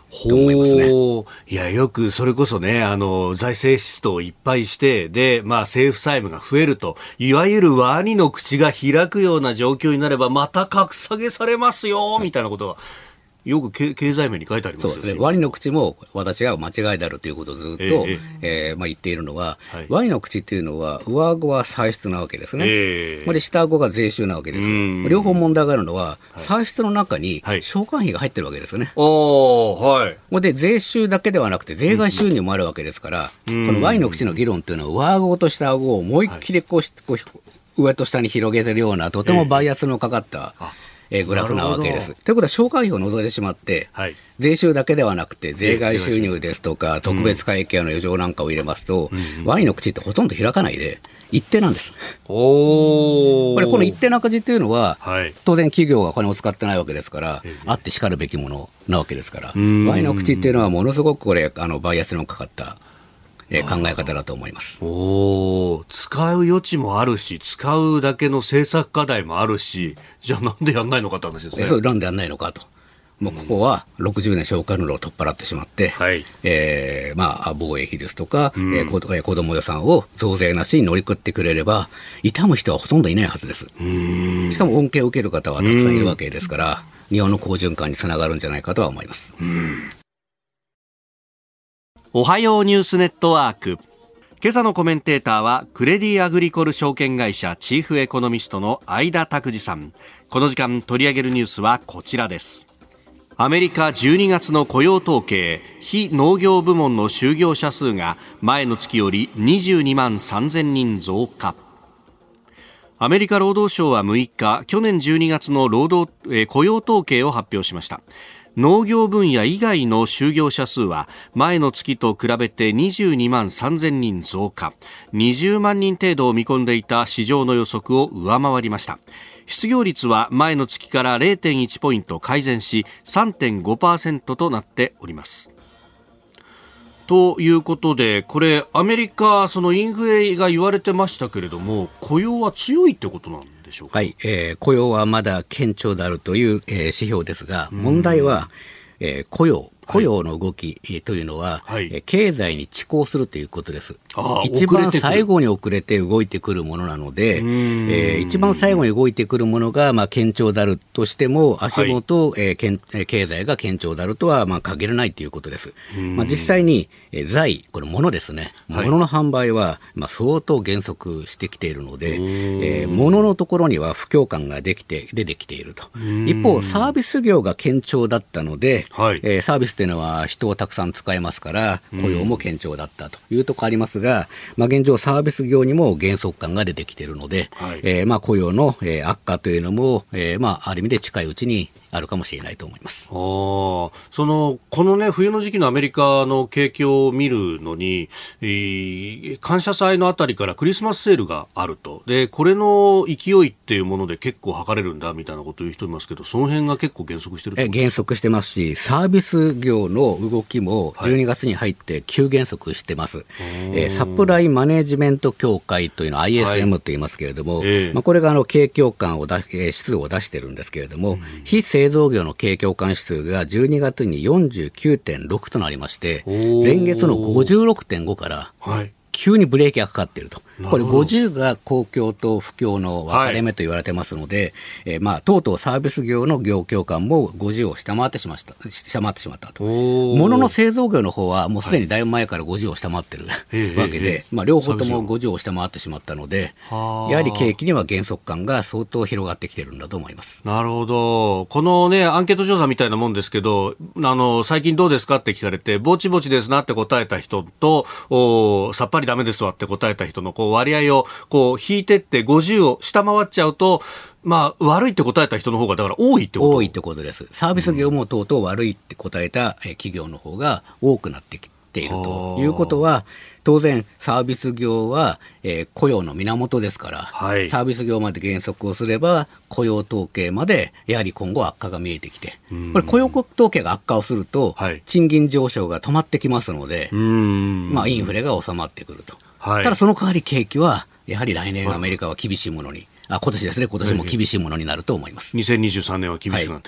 と思いますね。
いや、よくそれこそね、あの財政出動をいっぱいしてで、まあ、政府債務が増えると、いわゆるワニの口が開くような状況になればまた格下げされますよ、はい、みたいなことがよく経済面に書いてありますよ。
そうですね。ワニの口も私が間違いであるということをずっと、えーえーまあ、言っているのは、はい、ワニの口っていうのは上顎は歳出なわけですね。えー、で下顎が税収なわけです。両方問題があるのは、はい、歳出の中に償還費が入ってるわけですよね。はい、おー、はい、で税収だけではなくて税外収入もあるわけですから、うん、このワニの口の議論っていうのは上顎と下顎を思いっきりこう、はい、こう上と下に広げてるようなとてもバイアスのかかった、えーえー、グラフなわけです。ということは償還費を除いてしまって、はい、税収だけではなくて税外収入ですとか特別会計の余剰なんかを入れますと、うん、ワニの口ってほとんど開かないで一定なんです。おこれこの一定な赤字っていうのは、はい、当然企業がお金を使ってないわけですから、えー、あってしかるべきものなわけですから、ワニの口っていうのはものすごくこれあのバイアスのかかったえー、考え方だと思います。
お使う余地もあるし使うだけの政策課題もあるし、じゃあなんでやんないのかって話ですね。
えー、そうなんでやんないのかと、もうここはろくじゅうねん償還ルールを取っ払ってしまって、はいえーまあ、防衛費ですとか、うんえー、子, 子ども予算を増税なしに乗り切ってくれれば痛む人はほとんどいないはずです。うんしかも恩恵を受ける方はたくさんいるわけですから日本の好循環につながるんじゃないかとは思います。うん
おはようニュースネットワーク、今朝のコメンテーターはクレディアグリコル証券会社チーフエコノミストの相田拓司さん。この時間取り上げるニュースはこちらです。アメリカじゅうにがつの雇用統計、非農業部門の就業者数が前の月よりにじゅうにまんさんぜんにん増加。アメリカ労働省はむいか、去年じゅうにがつの労働、えー、雇用統計を発表しました。農業分野以外の就業者数は前の月と比べてにじゅうにまんさんぜんにん増加、にじゅうまんにん程度を見込んでいた市場の予測を上回りました。失業率は前の月から れいてんいち ポイント改善し さんてんごパーセント となっております。ということで、これアメリカそのインフレが言われてましたけれども、雇用は強いってことなんでしょうか。
はい、えー、雇用はまだ堅調であるという、えー、指標ですが、問題は、えー、雇用雇用の動きというのは、はい、経済に遅行するということです。一番最後に遅れて動いてくるものなので、えー、一番最後に動いてくるものが、まあ、堅調であるとしても足元、はいえー、経済が堅調であるとは、まあ、限らないということです。まあ、実際に、えー、財、これ物ですね、はい、物の販売は、まあ、相当減速してきているので、えー、物のところには不況感ができて出てきていると。一方サービス業が堅調だったので、はいえー、サービスというのは人をたくさん使えますから雇用も堅調だったというところありますが、まあ、現状サービス業にも減速感が出てきているので、はいえー、まあ雇用の、えー、悪化というのも、えーまあ、ある意味で近いうちにあるかもしれないと思います。
あそのこの、ね、冬の時期のアメリカの景況を見るのに、えー、感謝祭のあたりからクリスマスセールがあると。でこれの勢いっていうもので結構測れるんだみたいなことを言う人いますけど、その辺が結構減速してるってことですか。
え減速してますし、サービス業の動きもじゅうにがつに入って急減速してます。はいえー、サプライマネジメント協会というのは アイエスエム と言いますけれども、はいえーまあ、これがあの景況感を出指数を出してるんですけれども、うん、非製造業の景況感指数がじゅうにがつに よんじゅうきゅうてんろく となりまして、前月の ごじゅうろくてんご から急にブレーキがかかっていると。これごじゅうが好況と不況の分かれ目と言われてますので、はいえーまあ、とうとうサービス業の業況感もごじゅうを下回ってしまった、下回ってしまったと。物の製造業の方はもうすでにだいぶ前からごじゅうを下回ってる、はい、わけで、まあ、両方ともごじゅうを下回ってしまったので、やはり景気には減速感が相当広がってきてるんだと思います。
なるほど。このねアンケート調査みたいなもんですけど、あの最近どうですかって聞かれてぼちぼちですなって答えた人とおさっぱりダメですわって答えた人のこう割合をこう引いてってごじゅうを下回っちゃうと、まあ、悪いって答えた人の方がだから多いってこと。
多いってことです。サービス業もとうとう悪いって答えた企業の方が多くなってきているということは、当然サービス業は、えー、雇用の源ですから、はい、サービス業まで減速をすれば雇用統計までやはり今後悪化が見えてきて、これ雇用統計が悪化をすると、はい、賃金上昇が止まってきますので、まあ、インフレが収まってくると。はい、ただその代わり景気はやはり来年アメリカは厳しいものに、あ今年ですね、今年も厳しいものになると思います。
にせんにじゅうさんねんは厳しくなってくる、はい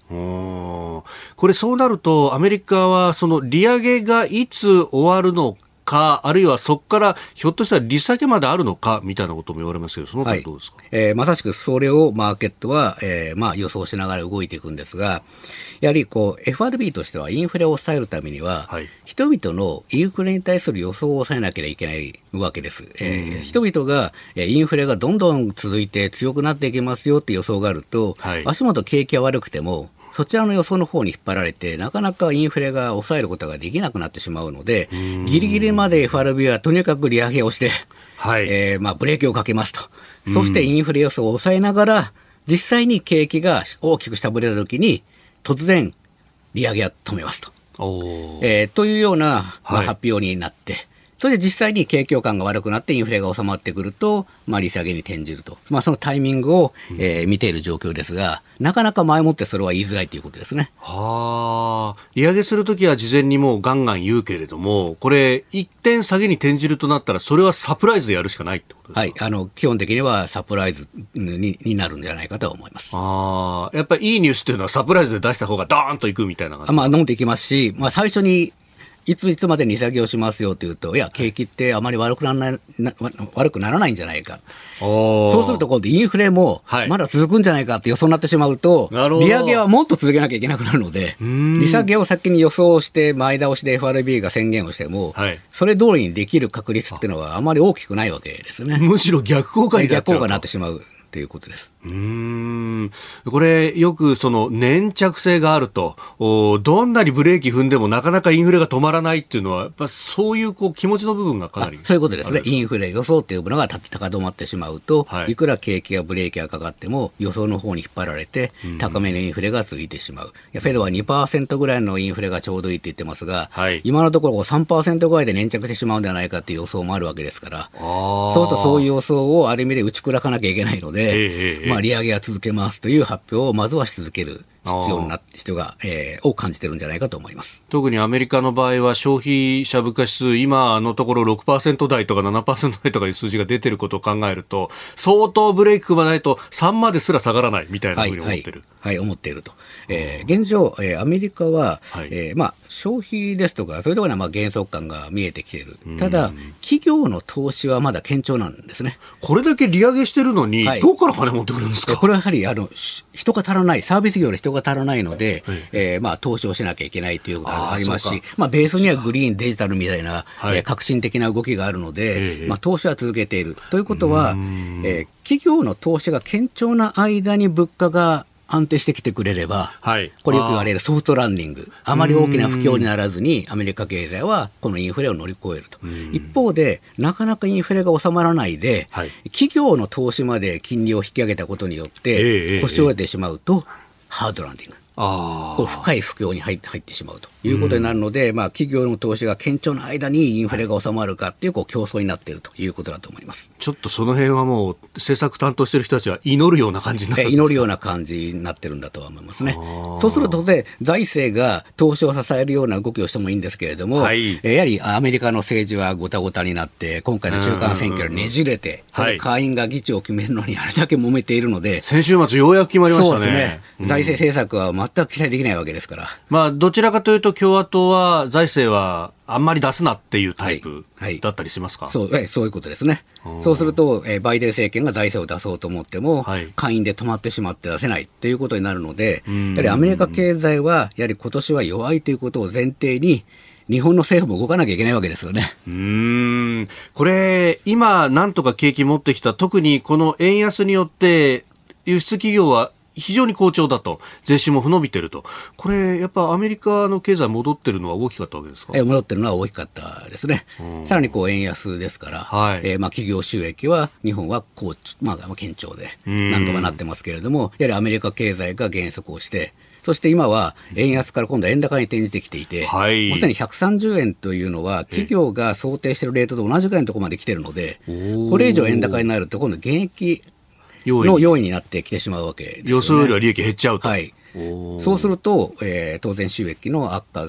おこれそうなるとアメリカはその利上げがいつ終わるのか、あるいはそこからひょっとしたら利下げまであるのかみたいなことも言われますけど、そのあたりどうですか。
はい、えー、まさしくそれをマーケットは、えーまあ、予想しながら動いていくんですが、やはりこう エフアールビー としてはインフレを抑えるためには、はい、人々のインフレに対する予想を抑えなければいけないわけです。えー、人々がインフレがどんどん続いて強くなっていきますよっていう予想があると、はい、足元景気が悪くてもそちらの予想の方に引っ張られてなかなかインフレが抑えることができなくなってしまうので、ギリギリまで エフアールビー はとにかく利上げをして、はい、えーまあ、ブレーキをかけますと。そしてインフレ予想を抑えながら実際に景気が大きく下振れたときに突然利上げは止めますと、えー、というような、まあ、発表になって、はい、それで実際に景況感が悪くなってインフレが収まってくると、まあ、利下げに転じると、まあ、そのタイミングを、えー、見ている状況ですが、なかなか前もってそれは言いづらいということですね。
はあ、利上げするときは事前にもうガンガン言うけれども、これ一点下げに転じるとなったらそれはサプライズでやるしかないってことですか。
はい、あの基本的にはサプライズ に, になるんじゃないかと思います。
あ、やっぱりいいニュースっていうのはサプライズで出した方がドーンといくみたいな感じ。
まあ、飲んでいきますし、まあ、最初にいついつまでに利下げをしますよというと、いや景気ってあまり悪くならない、な悪くならないんじゃないか、そうすると今度インフレもまだ続くんじゃないかって予想になってしまうと、はい、利上げはもっと続けなきゃいけなくなるので、利下げを先に予想して前倒しで エフアールビー が宣言をしても、はい、それ通りにできる確率っていうのはあまり大きくないわけですね。
むしろ逆効果になっちゃう。
逆効果になってしまうということです。
うーん、これよくその粘着性があると、どんなにブレーキ踏んでもなかなかインフレが止まらないっていうのはやっぱそういうこう気持ちの部分がかなり、
そういうことですね。インフレ予想というものが高止まってしまうと、はい、いくら景気やブレーキがかかっても予想の方に引っ張られて高めのインフレが続いてしまう。いやフェドは にパーセント ぐらいのインフレがちょうどいいって言ってますが、はい、今のところ さんパーセント ぐらいで粘着してしまうんじゃないかという予想もあるわけですから、そうするとそういう予想をある意味で打ち砕かなきゃいけないので、えーえーまあ、利上げは続けますという発表をまずはし続ける必要になって人が、えー、を感じてるんじゃないかと思います。
特にアメリカの場合は消費者物価指数今のところ ろくパーセント 台とか ななパーセント 台とかいう数字が出てることを考えると相当ブレーキ踏まないとさんまですら下がらないみたいなふうに思ってる。
はい、はいはい、思っていると、えー、現状、えー、アメリカは、はい、えーまあ、消費ですとかそういうところにはまあ減速感が見えてきている。ただ企業の投資はまだ堅調なんですね。
これだけ利上げしてるのに、はい、どこから金持ってくるんですか。
これはやはりあの人が足らない、サービス業で人が足らないので、えーまあ、投資をしなきゃいけないということがありますし、まあ、ベースにはグリーン、デジタルみたいな、はい、えー、革新的な動きがあるので、えーまあ、投資は続けているということは、えー、企業の投資が堅調な間に物価が安定してきてくれれば、はい、これよく言われるソフトランディング、あまり大きな不況にならずにアメリカ経済はこのインフレを乗り越えると。一方でなかなかインフレが収まらないで、はい、企業の投資まで金利を引き上げたことによって腰を得てしまうと、ハードランディング、あこう深い不況に入って、入ってしまうということになるので、うん、まあ、企業の投資が堅調な間にインフレが収まるかという、こう競争になっているということだと思います。
ちょっとその辺はもう政策担当している人たちは祈るような感じになってるんですか。
祈るような感じになってるんだとは思いますね。そうするとで財政が投資を支えるような動きをしてもいいんですけれども、はい、やはりアメリカの政治はごたごたになって今回の中間選挙でねじれて、はい、下院が議長を決めるのにあれだけ揉めているので、
先週末ようやく決まりましたね。
そうですね、うん、財政政策は全く期待できないわけですから、
まあ、どちらかというと共和党は財政はあんまり出すなっていうタイプだったりしますか。
はいはい、そう、そういうことですね。そうすると、えー、バイデン政権が財政を出そうと思っても、はい、下院で止まってしまって出せないということになるので、やはりアメリカ経済はやはり今年は弱いということを前提に日本の政府も動かなきゃいけないわけですよね。
うーん、これ今なんとか景気持ってきた、特にこの円安によって輸出企業は非常に好調だと、税収も伸びてると、これやっぱアメリカの経済戻ってるのは大きかったわけですか。
え戻ってるのは大きかったですね。さらにこう円安ですから、はい、えー、まあ企業収益は日本はこう、まあ、堅調でなんとかなってますけれども、やはりアメリカ経済が減速をして、そして今は円安から今度は円高に転じてきていて、はい、まさにひゃくさんじゅうえんというのは企業が想定しているレートと同じぐらいのところまで来ているので、これ以上円高になると今度現役の要因になってきてしまうわけですよね。
予想よりは利益減っちゃうと。
はい、そうすると、えー、当然収益の悪化が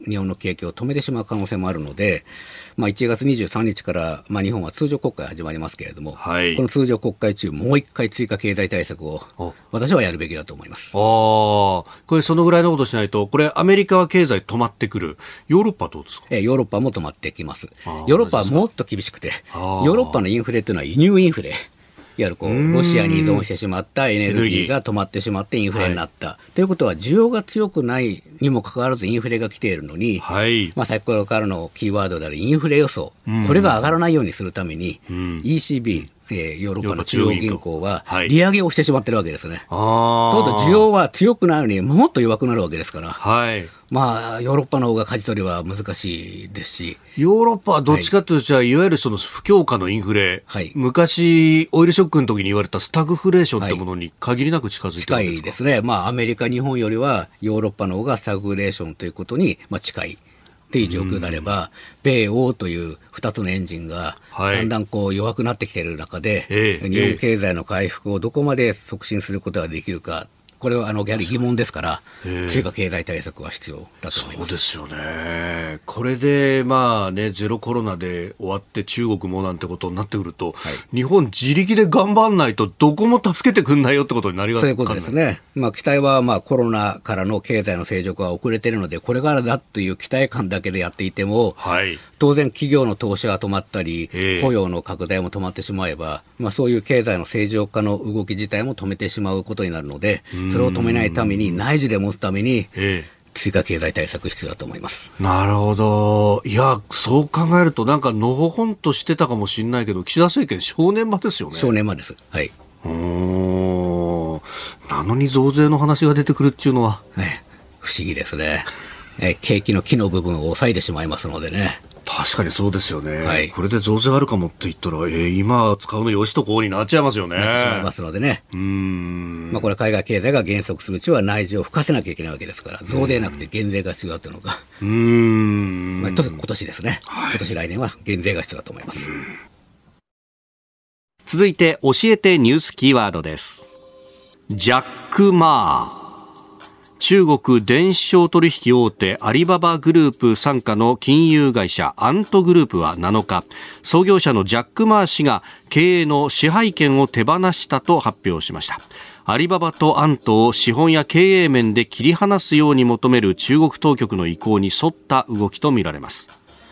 日本の景気を止めてしまう可能性もあるので、まあ、いちがつにじゅうさんにちから、まあ、日本は通常国会始まりますけれども、はい、この通常国会中もう一回追加経済対策を私はやるべきだと思います。
あこれそのぐらいのことしないと、これアメリカは経済止まってくる、ヨーロッパはどうですか？
えヨーロッパも止まってきます。ヨーロッパはもっと厳しくて、ヨーロッパのインフレというのは輸入インフレ、いわゆるこうロシアに依存してしまったエネルギーが止まってしまってインフレになった、はい、ということは需要が強くないにもかかわらずインフレが来ているのに、はい、まあ、先ほどからのキーワードであるインフレ予想、これが上がらないようにするために イーシービー、えー、ヨーロッパの中央銀行は利上げをしてしまってるわけですね。ということは需要は強くなるのにもっと弱くなるわけですから、はい、まあ、ヨーロッパの方が舵取りは難しいですし、
ヨーロッパはどっちかというと、はい、いわゆるその不況下のインフレ、はい、昔オイルショックの時に言われたスタグフレーションってものに限りなく近づいてるんですか？
近いですね。まあ、アメリカ、日本よりはヨーロッパの方がスタグフレーションということに、まあ、近いという状況であれば、米欧というふたつのエンジンがだんだんこう弱くなってきている中で、はい、日本経済の回復をどこまで促進することができるか、これはあのやはり疑問ですから、追加経済対策は必要だと思います。
そうですよね。これで、まあね、ゼロコロナで終わって中国もなんてことになってくると、はい、日本自力で頑張らないとどこも助けてくんないよってことになりますかね。
そういうことですね。まあ、期待はまあコロナからの経済の成長が遅れているので、これからだという期待感だけでやっていても、はい、当然企業の投資が止まったり、雇用の拡大も止まってしまえば、まあ、そういう経済の正常化の動き自体も止めてしまうことになるので、それを止めないために、内需で持つために追加経済対策必要だと思います。
なるほど。いや、そう考えるとなんかのほほんとしてたかもしれないけど、岸田政権正念場ですよね。
正念場です。はい。
おなのに増税の話が出てくるっていうのは、
ね、不思議ですね。え景気の木の部分を抑えてしまいますのでね。
確かにそうですよね、はい、これで増税あるかもって言ったら、えー、今使うのよしとこうになっちゃいますよね。
なってしまいますのでね。うーん、まあ、これ海外経済が減速するうちは内需を吹かせなきゃいけないわけですから、増税なくて減税が必要だというのが、うーん、まあ、とにかく今年ですね、はい、今年来年は減税が必要だと思います。
続いて教えてニュースキーワードです。ジャック・マー。中国電子商取引大手アリババグループ傘下の金融会社アントグループはなのか、創業者のジャック・マー氏が経営の支配権を手放したと発表しました。アリババとアントを資本や経営面で切り離すように求める中国当局の意向に沿った動きとみられます。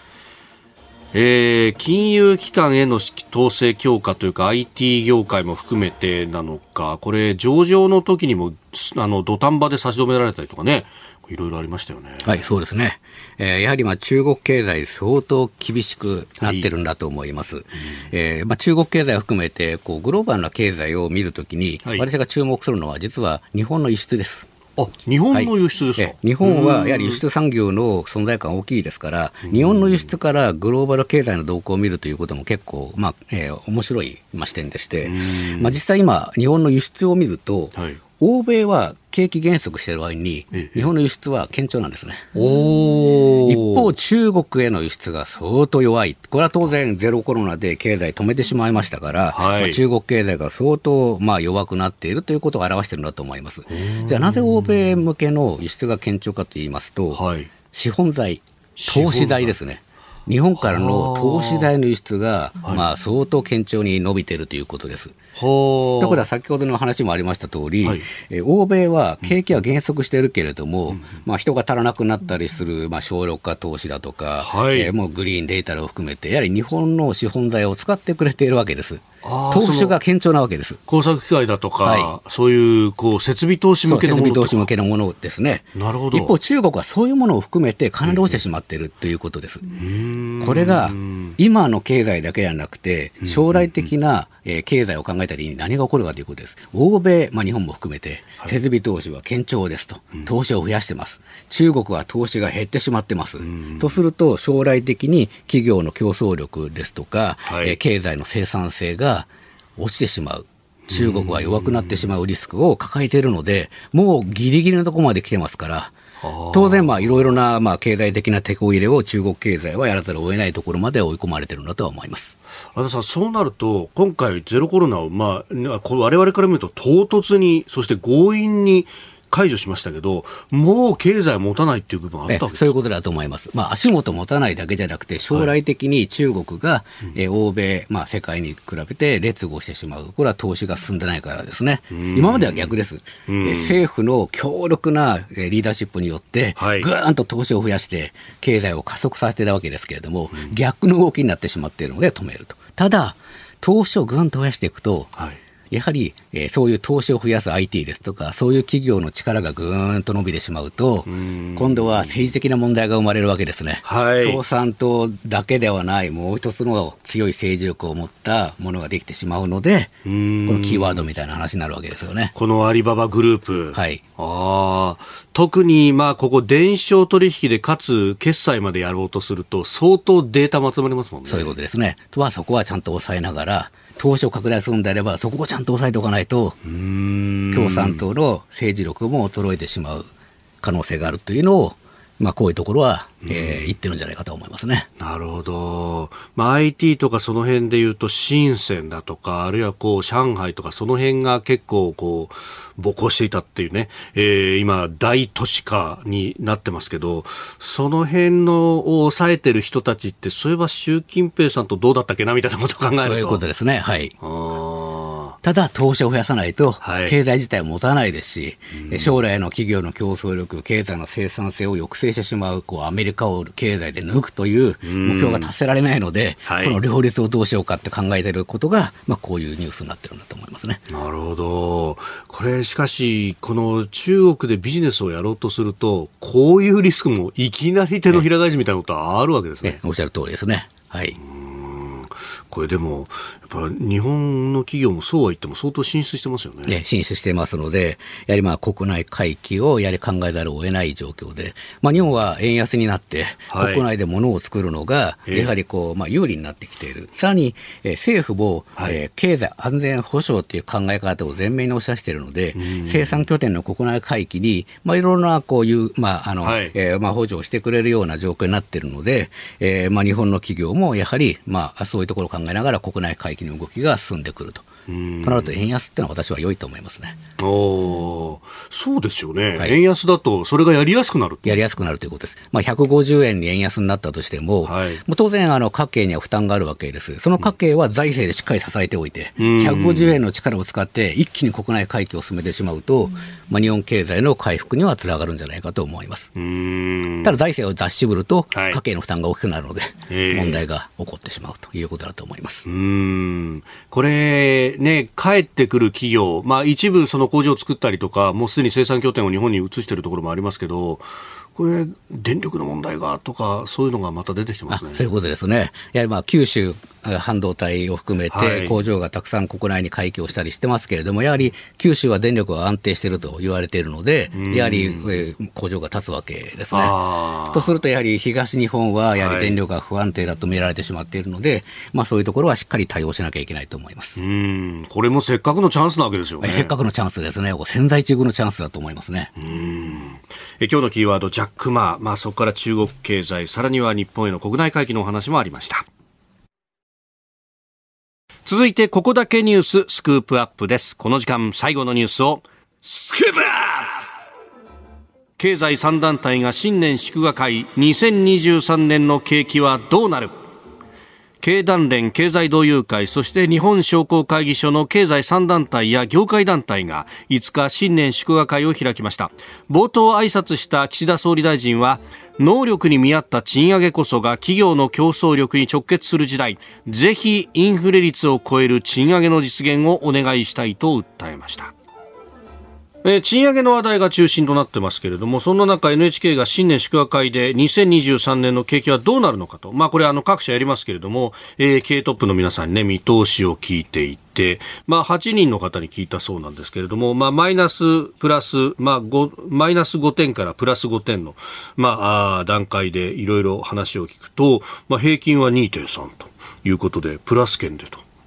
えー、金融機関への統制強化というか アイティー 業界も含めてなのか、これ上場の時にもあの土壇場で差し止められたりとかね、いろいろありましたよね。
はい、そうですね。えー、やはりまあ中国経済相当厳しくなってるんだと思います。はい、えーまあ、中国経済を含めてこうグローバルな経済を見るときに、はい、私が注目するのは実は日本の輸出です。
あ、日本の輸出ですか。はい、
日本はやはり輸出産業の存在感大きいですから、日本の輸出からグローバル経済の動向を見るということも結構、まあえー、面白い視点でして、まあ、実際今日本の輸出を見ると、はい、欧米は景気減速している間に日本の輸出は堅調なんですね。お一方中国への輸出が相当弱い。これは当然ゼロコロナで経済止めてしまいましたから、はい、まあ、中国経済が相当まあ弱くなっているということを表しているんだと思います。じゃあなぜ欧米向けの輸出が堅調かと言いますと、はい、資本財、投資財ですね。日本からの投資財の輸出がまあ相当堅調に伸びているということです。だから先ほどの話もありました通り、はい、え欧米は景気は減速しているけれども、うん、まあ、人が足らなくなったりする、まあ、省力化投資だとか、はい、えー、もうグリーンデータを含めてやはり日本の資本財を使ってくれているわけです。投資が堅調なわけです。
工作機械だとか、はい、そういう、こう設備投資向けのものとか、
設備投資向けのものですね。なるほど。一方中国はそういうものを含めて金利をしてしまっているということです。これが今の経済だけではなくて将来的な経済を考えたり何が起こるかということです。欧米、まあ、日本も含めて設備投資は堅調ですと、投資を増やしてます。中国は投資が減ってしまってます。とすると将来的に企業の競争力ですとか、はい、経済の生産性が落ちてしまう、中国は弱くなってしまうリスクを抱えているので、もうギリギリのところまで来てますから、当然いろいろなまあ経済的なテこ入れを中国経済はやらざるを得ないところまで追い込まれているんだとは思います。
和田さん、そうなると今回ゼロコロナを、まあ、我々から見ると唐突にそして強引に解除しましたけど、もう経済持たないっていう部分あったわけですか。
そういうことだと思います。まあ、足元持たないだけじゃなくて、将来的に中国が、はい、え欧米、まあ、世界に比べて劣後してしまう。これは投資が進んでないからですね。今までは逆です。え政府の強力なリーダーシップによって、はい、ぐーんと投資を増やして経済を加速させてたわけですけれども、逆の動きになってしまっているので止めると。ただ投資をぐんと増やしていくと、はい、やはり、えー、そういう投資を増やす アイティー ですとか、そういう企業の力がぐーんと伸びてしまうと、今度は政治的な問題が生まれるわけですね、はい、共産党だけではないもう一つの強い政治力を持ったものができてしまうので、このキーワードみたいな話になるわけですよね。
このアリババグループ、
はい、
あ特にまあここ電子商取引でかつ決済までやろうとすると相当データも集まりますもんね。
そういうことですね。とはそこはちゃんと抑えながら投資を拡大するんであればそこをちゃんと抑えておかないと共産党の政治力も衰えてしまう可能性があるというのを、まあ、こういうところは、えー、言ってるんじゃないかと思いますね。
なるほど、まあ、アイティー とかその辺でいうと深センだとかあるいはこう上海とかその辺が結構こう勃興していたっていうね、えー、今大都市化になってますけど、その辺のを抑えてる人たちってそういえば習近平さんとどうだったっけなみたいなことを考えると
そういうことですね。はい。
あ
ただ投資を増やさないと経済自体を持たないですし、はい、将来の企業の競争力経済の生産性を抑制してしまう、こうアメリカを経済で抜くという目標が達せられないので、はい、この両立をどうしようかって考えていることが、まあ、こういうニュースになってるんだと思いますね。
なるほど。これしかしこの中国でビジネスをやろうとするとこういうリスクもいきなり手のひら返しみたいなことはあるわけですね。
ね、おっしゃる通りですね。はい。
これでもやっぱ日本の企業もそうは言っても相当進出してますよね。
ね、進出していますので、やはりまあ国内回帰をやはり考えざるを得ない状況で、まあ、日本は円安になって、はい、国内で物を作るのがやはりこう、まあ、有利になってきている。さらに、えー、政府も、はい、えー、経済安全保障という考え方を前面に押し出しているので、生産拠点の国内回帰に、まあ、いろんなこういう、まああのはい、えーまあ、補助をしてくれるような状況になっているので、えーまあ、日本の企業もやはり、まあ、そういうところを考えながら国内回帰の動きが進んでくると。となると円安ってのは私は良いと思いますね。
おそうですよね、はい、円安だとそれがやりやすくなる
やりやすくなるということです。まあ、ひゃくごじゅうえんに円安になったとしても、はい、もう当然あの家計には負担があるわけです。その家計は財政でしっかり支えておいて、うん、ひゃくごじゅうえんの力を使って一気に国内回帰を進めてしまうと、うん、まあ、日本経済の回復にはつながるんじゃないかと思います。うん、ただ財政を出し渋ると家計の負担が大きくなるので、はい、問題が起こってしまうということだと思います。
うーんこれね、帰ってくる企業、まあ、一部その工場を作ったりとかもうすでに生産拠点を日本に移しているところもありますけど、これ電力の問題がとかそういうのがまた出てきてますね。
そういうことですね。やはりまあ九州半導体を含めて工場がたくさん国内に回帰をしたりしてますけれども、はい、やはり九州は電力が安定していると言われているので、やはり、えー、工場が立つわけですね。とするとやはり東日本はやはり電力が不安定だと見られてしまっているので、はい、まあ、そういうところはしっかり対応しなきゃいけないと思います。
うんこれもせっかくのチャンスなわけですよね。
せっかくのチャンスですね。千載一遇のチャンスだと思いますね。
うんえ今日のキーワードジャック・マー、まあ、そこから中国経済、さらには日本への国内回帰のお話もありました。続いてここだけニューススクープアップです。この時間最後のニュースをスクープアップ。経済さん団体が新年祝賀会、にせんにじゅうさんねんの景気はどうなる。経団連、経済同友会、そして日本商工会議所の経済さん団体や業界団体がいつか新年祝賀会を開きました。冒頭挨拶した岸田総理大臣は、能力に見合った賃上げこそが企業の競争力に直結する時代、ぜひインフレ率を超える賃上げの実現をお願いしたいと訴えました。えー、賃上げの話題が中心となってますけれども、そんな中 エヌエイチケー が新年祝賀会でにせんにじゅうさんねんの景気はどうなるのかと、まあこれあの各社やりますけれども、えー、経営トップの皆さんにね見通しを聞いていて、まあはちにんの方に聞いたそうなんですけれども、まあマイナスプラス、まあごマイナスごてんからプラスごてんのまああ段階でいろいろ話を聞くと、まあ平均は にてんさん ということでプラス圏でと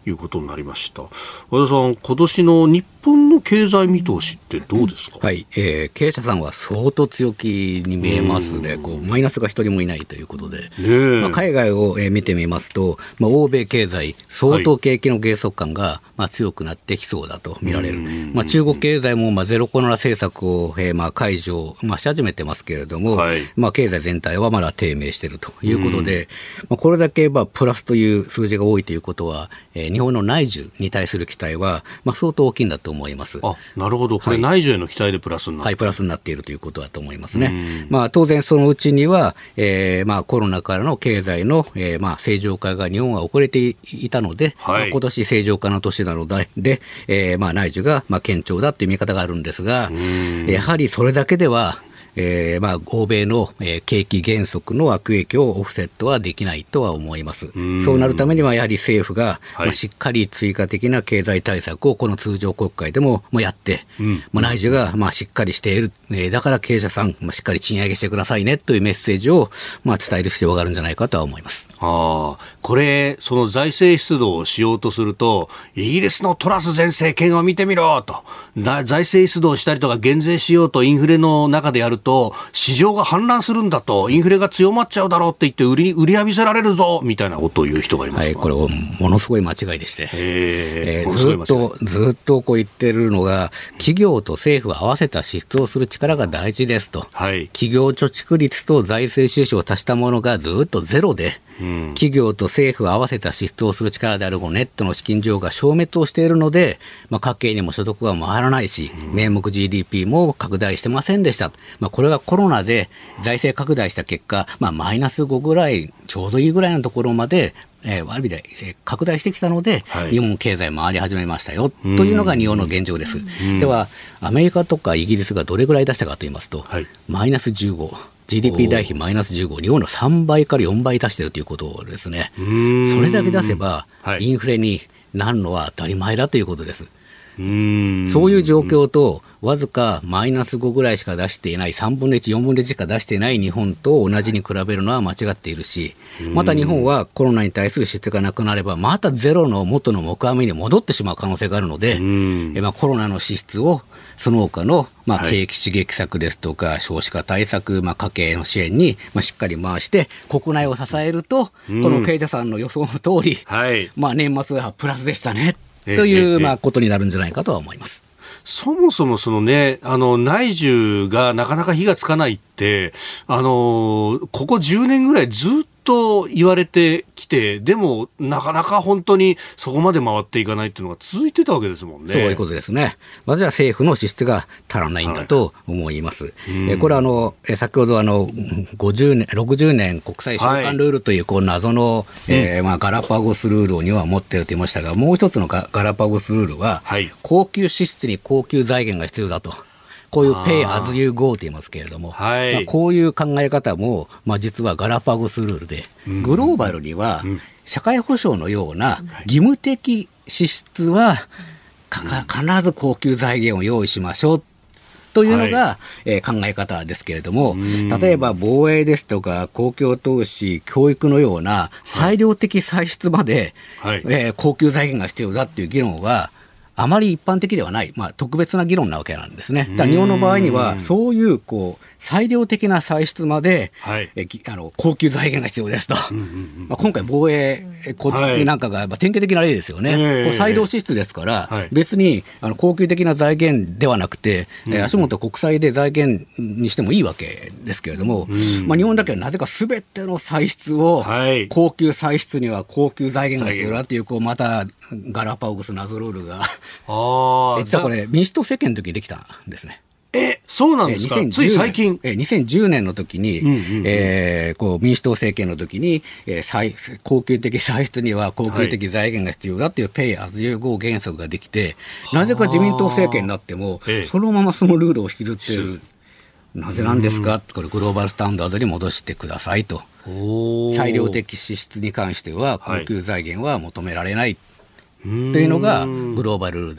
いうことになりました。和田さん、今年の日本の経済見通しってどうですか？
はい、えー、経営者さんは相当強気に見えますね。こうマイナスが一人もいないということで、まあ、海外を、えー、見てみますと、まあ、欧米経済相当景気の減速感が、はい、まあ、強くなってきそうだと見られる。まあ、中国経済も、まあ、ゼロコロナ政策を、えーまあ、解除、まあ、し始めてますけれども、はい、まあ、経済全体はまだ低迷しているということで、まあ、これだけ、まあ、プラスという数字が多いということは、えー日本の内需に対する期待は、まあ、相当大きいんだと思います。
あ、なるほど。これ内需への期待でプラスになっている、はい、
はい、プラスになっているということだと思いますね。まあ、当然そのうちには、えーまあ、コロナからの経済の、えーまあ、正常化が日本は遅れていたので、はい、まあ、今年正常化の年なので、でえーまあ、内需が、まあ、堅調だという見方があるんですが、やはりそれだけではえーまあ、欧米の、えー、景気減速の悪影響をオフセットはできないとは思います。うそうなるためにはやはり政府が、はい、まあ、しっかり追加的な経済対策をこの通常国会でも、まあ、やって、うんまあ、内需が、まあ、しっかりしている、えー、だから経営者さん、まあ、しっかり賃上げしてくださいねというメッセージを、まあ、伝える必要があるんじゃないかとは思います。
あこれその財政出動をしようとするとイギリスのトラス前政権を見てみろと財政出動したりとか減税しようとインフレの中でやると市場が反乱するんだとインフレが強まっちゃうだろうって言って売りに売り浴びせられるぞみたいなことを言う人がいます、はい、
これものすごい間違いでして、えー、ずっとずっとこう言ってるのが企業と政府を合わせた支出をする力が大事ですと、はい、企業貯蓄率と財政収支を足したものがずっとゼロでうん、企業と政府を合わせた支出をする力であるネットの資金需要が消滅をしているので、まあ、家計にも所得が回らないし、うん、名目 ジーディーピー も拡大してませんでした、まあ、これがコロナで財政拡大した結果、まあ、マイナスごぐらいちょうどいいぐらいのところまでえー、ある意味で、えー、拡大してきたので、はい、日本経済回り始めましたよというのが日本の現状です。ではアメリカとかイギリスがどれぐらい出したかと言いますと、はい、マイナスじゅうごジーディーピー 対比マイナスじゅうご、日本のさんばいからよんばい出しているということですね。それだけ出せば、はい、インフレになるのは当たり前だということです。うーんそういう状況とわずかマイナスごぐらいしか出していないさんぶんのいち、よんぶんのいちしか出していない日本と同じに比べるのは間違っているし、また日本はコロナに対する支出がなくなればまたゼロの元の木阿弥に戻ってしまう可能性があるので、えまあ、コロナの支出をその他の、まあ、景気刺激策ですとか、はい、少子化対策、まあ、家計の支援に、まあ、しっかり回して国内を支えると、この経営者さんの予想の通り、はい、まあ、年末はプラスでしたねという、まあ、ことになるんじゃないかとは思います。
そもそもそのね、あの内需がなかなか火がつかないって、あのここじゅうねんぐらいずっと言われてきて、でもなかなか本当にそこまで回っていかないっていうのが続いてたわけですもんね。
そういうことですね。まずは政府の支出が足らないんだと思います。はい、えこれはあの先ほどあのごじゅうねん、ろくじゅうねん国際償還ルールというこう謎の、はい、えーまあ、ガラパゴスルールを日本は持っていると言いましたが、もう一つのガラパゴスルールは、はい、高級支出に高級財源が必要だと。こういう Pay as you go と言いますけれども、はいまあ、こういう考え方も、まあ、実はガラパゴスルールで、うん、グローバルには社会保障のような義務的支出はかか必ず高級財源を用意しましょうというのが、はいえー、考え方ですけれども、例えば防衛ですとか公共投資、教育のような裁量的歳出まで、はいえー、高級財源が必要だという議論はあまり一般的ではない、まあ、特別な議論なわけなんですね。だから日本の場合にはそういうこう裁量的な歳出まで、はい、えあの高級財源が必要ですと、うんうんうんまあ、今回防衛なんかがやっぱ典型的な例ですよね、はい、こう裁量支出ですから、はい、別にあの高級的な財源ではなくて、うんうん、足元国債で財源にしてもいいわけですけれども、うんまあ、日本だけはなぜかすべての歳出を、はい、高級歳出には高級財源が必要だという、こうまたガラパゴス謎ルールがあ実はこれ民主党政権の時にできたんですね。
えそうなんですか。つい最近
えにせんじゅうねんの時に、うんうんうんえー、こう民主党政権の時に、えー、最高級的歳出には高級的財源が必要だという Pay as you go 原則ができて、はい、なぜか自民党政権になってもそのままそのルールを引きずっている。なぜなんですか、これグローバルスタンダードに戻してくださいと。裁量的支出に関しては高級財源は求められない、はい、というのがグローバルルールです。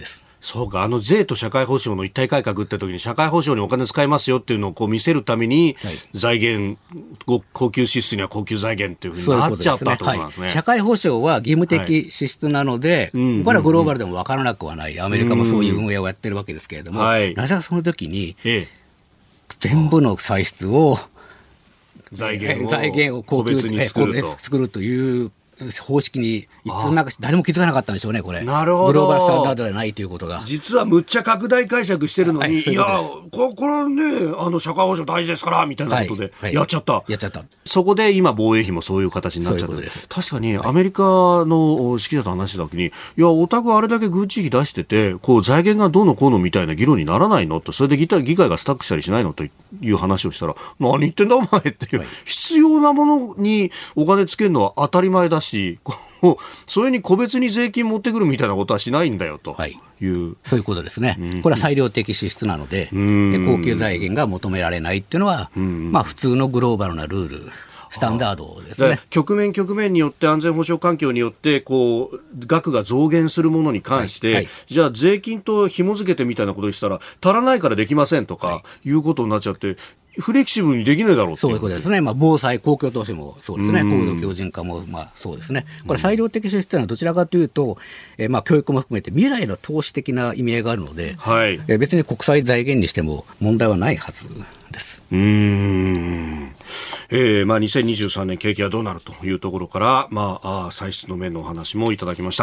そうか、あの税と社会保障の一体改革って時に社会保障にお金使いますよっていうのをこう見せるために、はい、財源、高級支出には高級財源っていうふうになっちゃったってことなんですね。
はい、社会保障は義務的支出なので、はい、これはグローバルでも分からなくはない、アメリカもそういう運営をやってるわけですけれども、はい、なぜかその時に、ええ、全部の歳出を
財源を
財源を
個別に作ると、
作るという方式にいつなんか誰も気づかなかったんでしょうね、これ。
なるほど。
グローバルスタンダードではないということが。
実はむっちゃ拡大解釈してるのに、はい、い, いやこ、これはね、あの社会保障大事ですからみたいなことでやっちゃった、はいはい、
やっちゃった。
そこで今防衛費もそういう形になっちゃった。
そういうことです。
確かにアメリカの指揮者と話したときに、いや、お宅あれだけ軍事費出してて、こう財源がどうのこうのみたいな議論にならないのと、それで議会、議会がスタックしたりしないのという話をしたら、何言ってんだお前っていう、はい、必要なものにお金つけるのは当たり前だし、それに個別に税金持ってくるみたいなことはしないんだよという、はい、
そういうことですね、うん、これは裁量的支出なので、うん、高級財源が求められないっていうのは、うん、まあ、普通のグローバルなルール、スタンダードですね。
局面局面によって安全保障環境によってこう額が増減するものに関して、はいはい、じゃあ税金と紐付けてみたいなことにしたら足らないからできませんとか、はい、いうことになっちゃってフレキシブルにできないだろうっていう。
そういうことですね。まあ、防災、公共投資もそうですね。高度強靭化もまあそうですね。これ裁量的支出というのはどちらかというと、えー、まあ教育も含めて未来の投資的な意味合いがあるので、はい、えー、別に国際財源にしても問題はないはずです。
うーん、えーまあ、にせんにじゅうさんねん景気はどうなるというところから、まあ、あ歳出の面のお話もいただきました。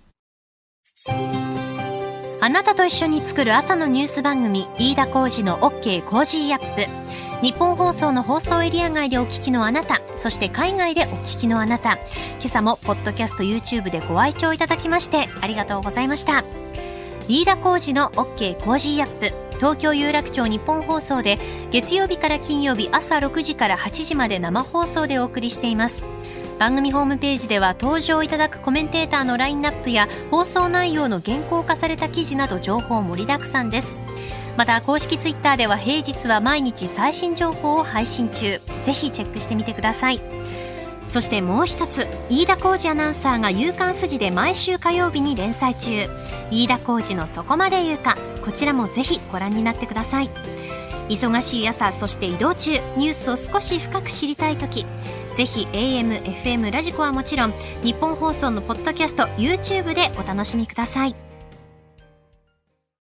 あなたと一緒に作る朝のニュース番組、飯田浩司の OK コージーアップ。日本放送の放送エリア外でお聞きのあなた、そして海外でお聞きのあなた、今朝もポッドキャスト YouTube でご愛聴いただきましてありがとうございました。飯田浩司の OK コージーアップ、東京有楽町日本放送で月曜日から金曜日朝ろくじからはちじまで生放送でお送りしています。番組ホームページでは登場いただくコメンテーターのラインナップや放送内容の原稿化された記事など情報盛りだくさんです。また公式ツイッターでは平日は毎日最新情報を配信中、ぜひチェックしてみてください。そしてもう一つ、飯田浩司アナウンサーが夕刊フジで毎週火曜日に連載中、飯田浩司のそこまで言うか、こちらもぜひご覧になってください。忙しい朝、そして移動中、ニュースを少し深く知りたいとき、ぜひ エーエム、エフエム、ラジコはもちろん日本放送のポッドキャスト YouTube でお楽しみください。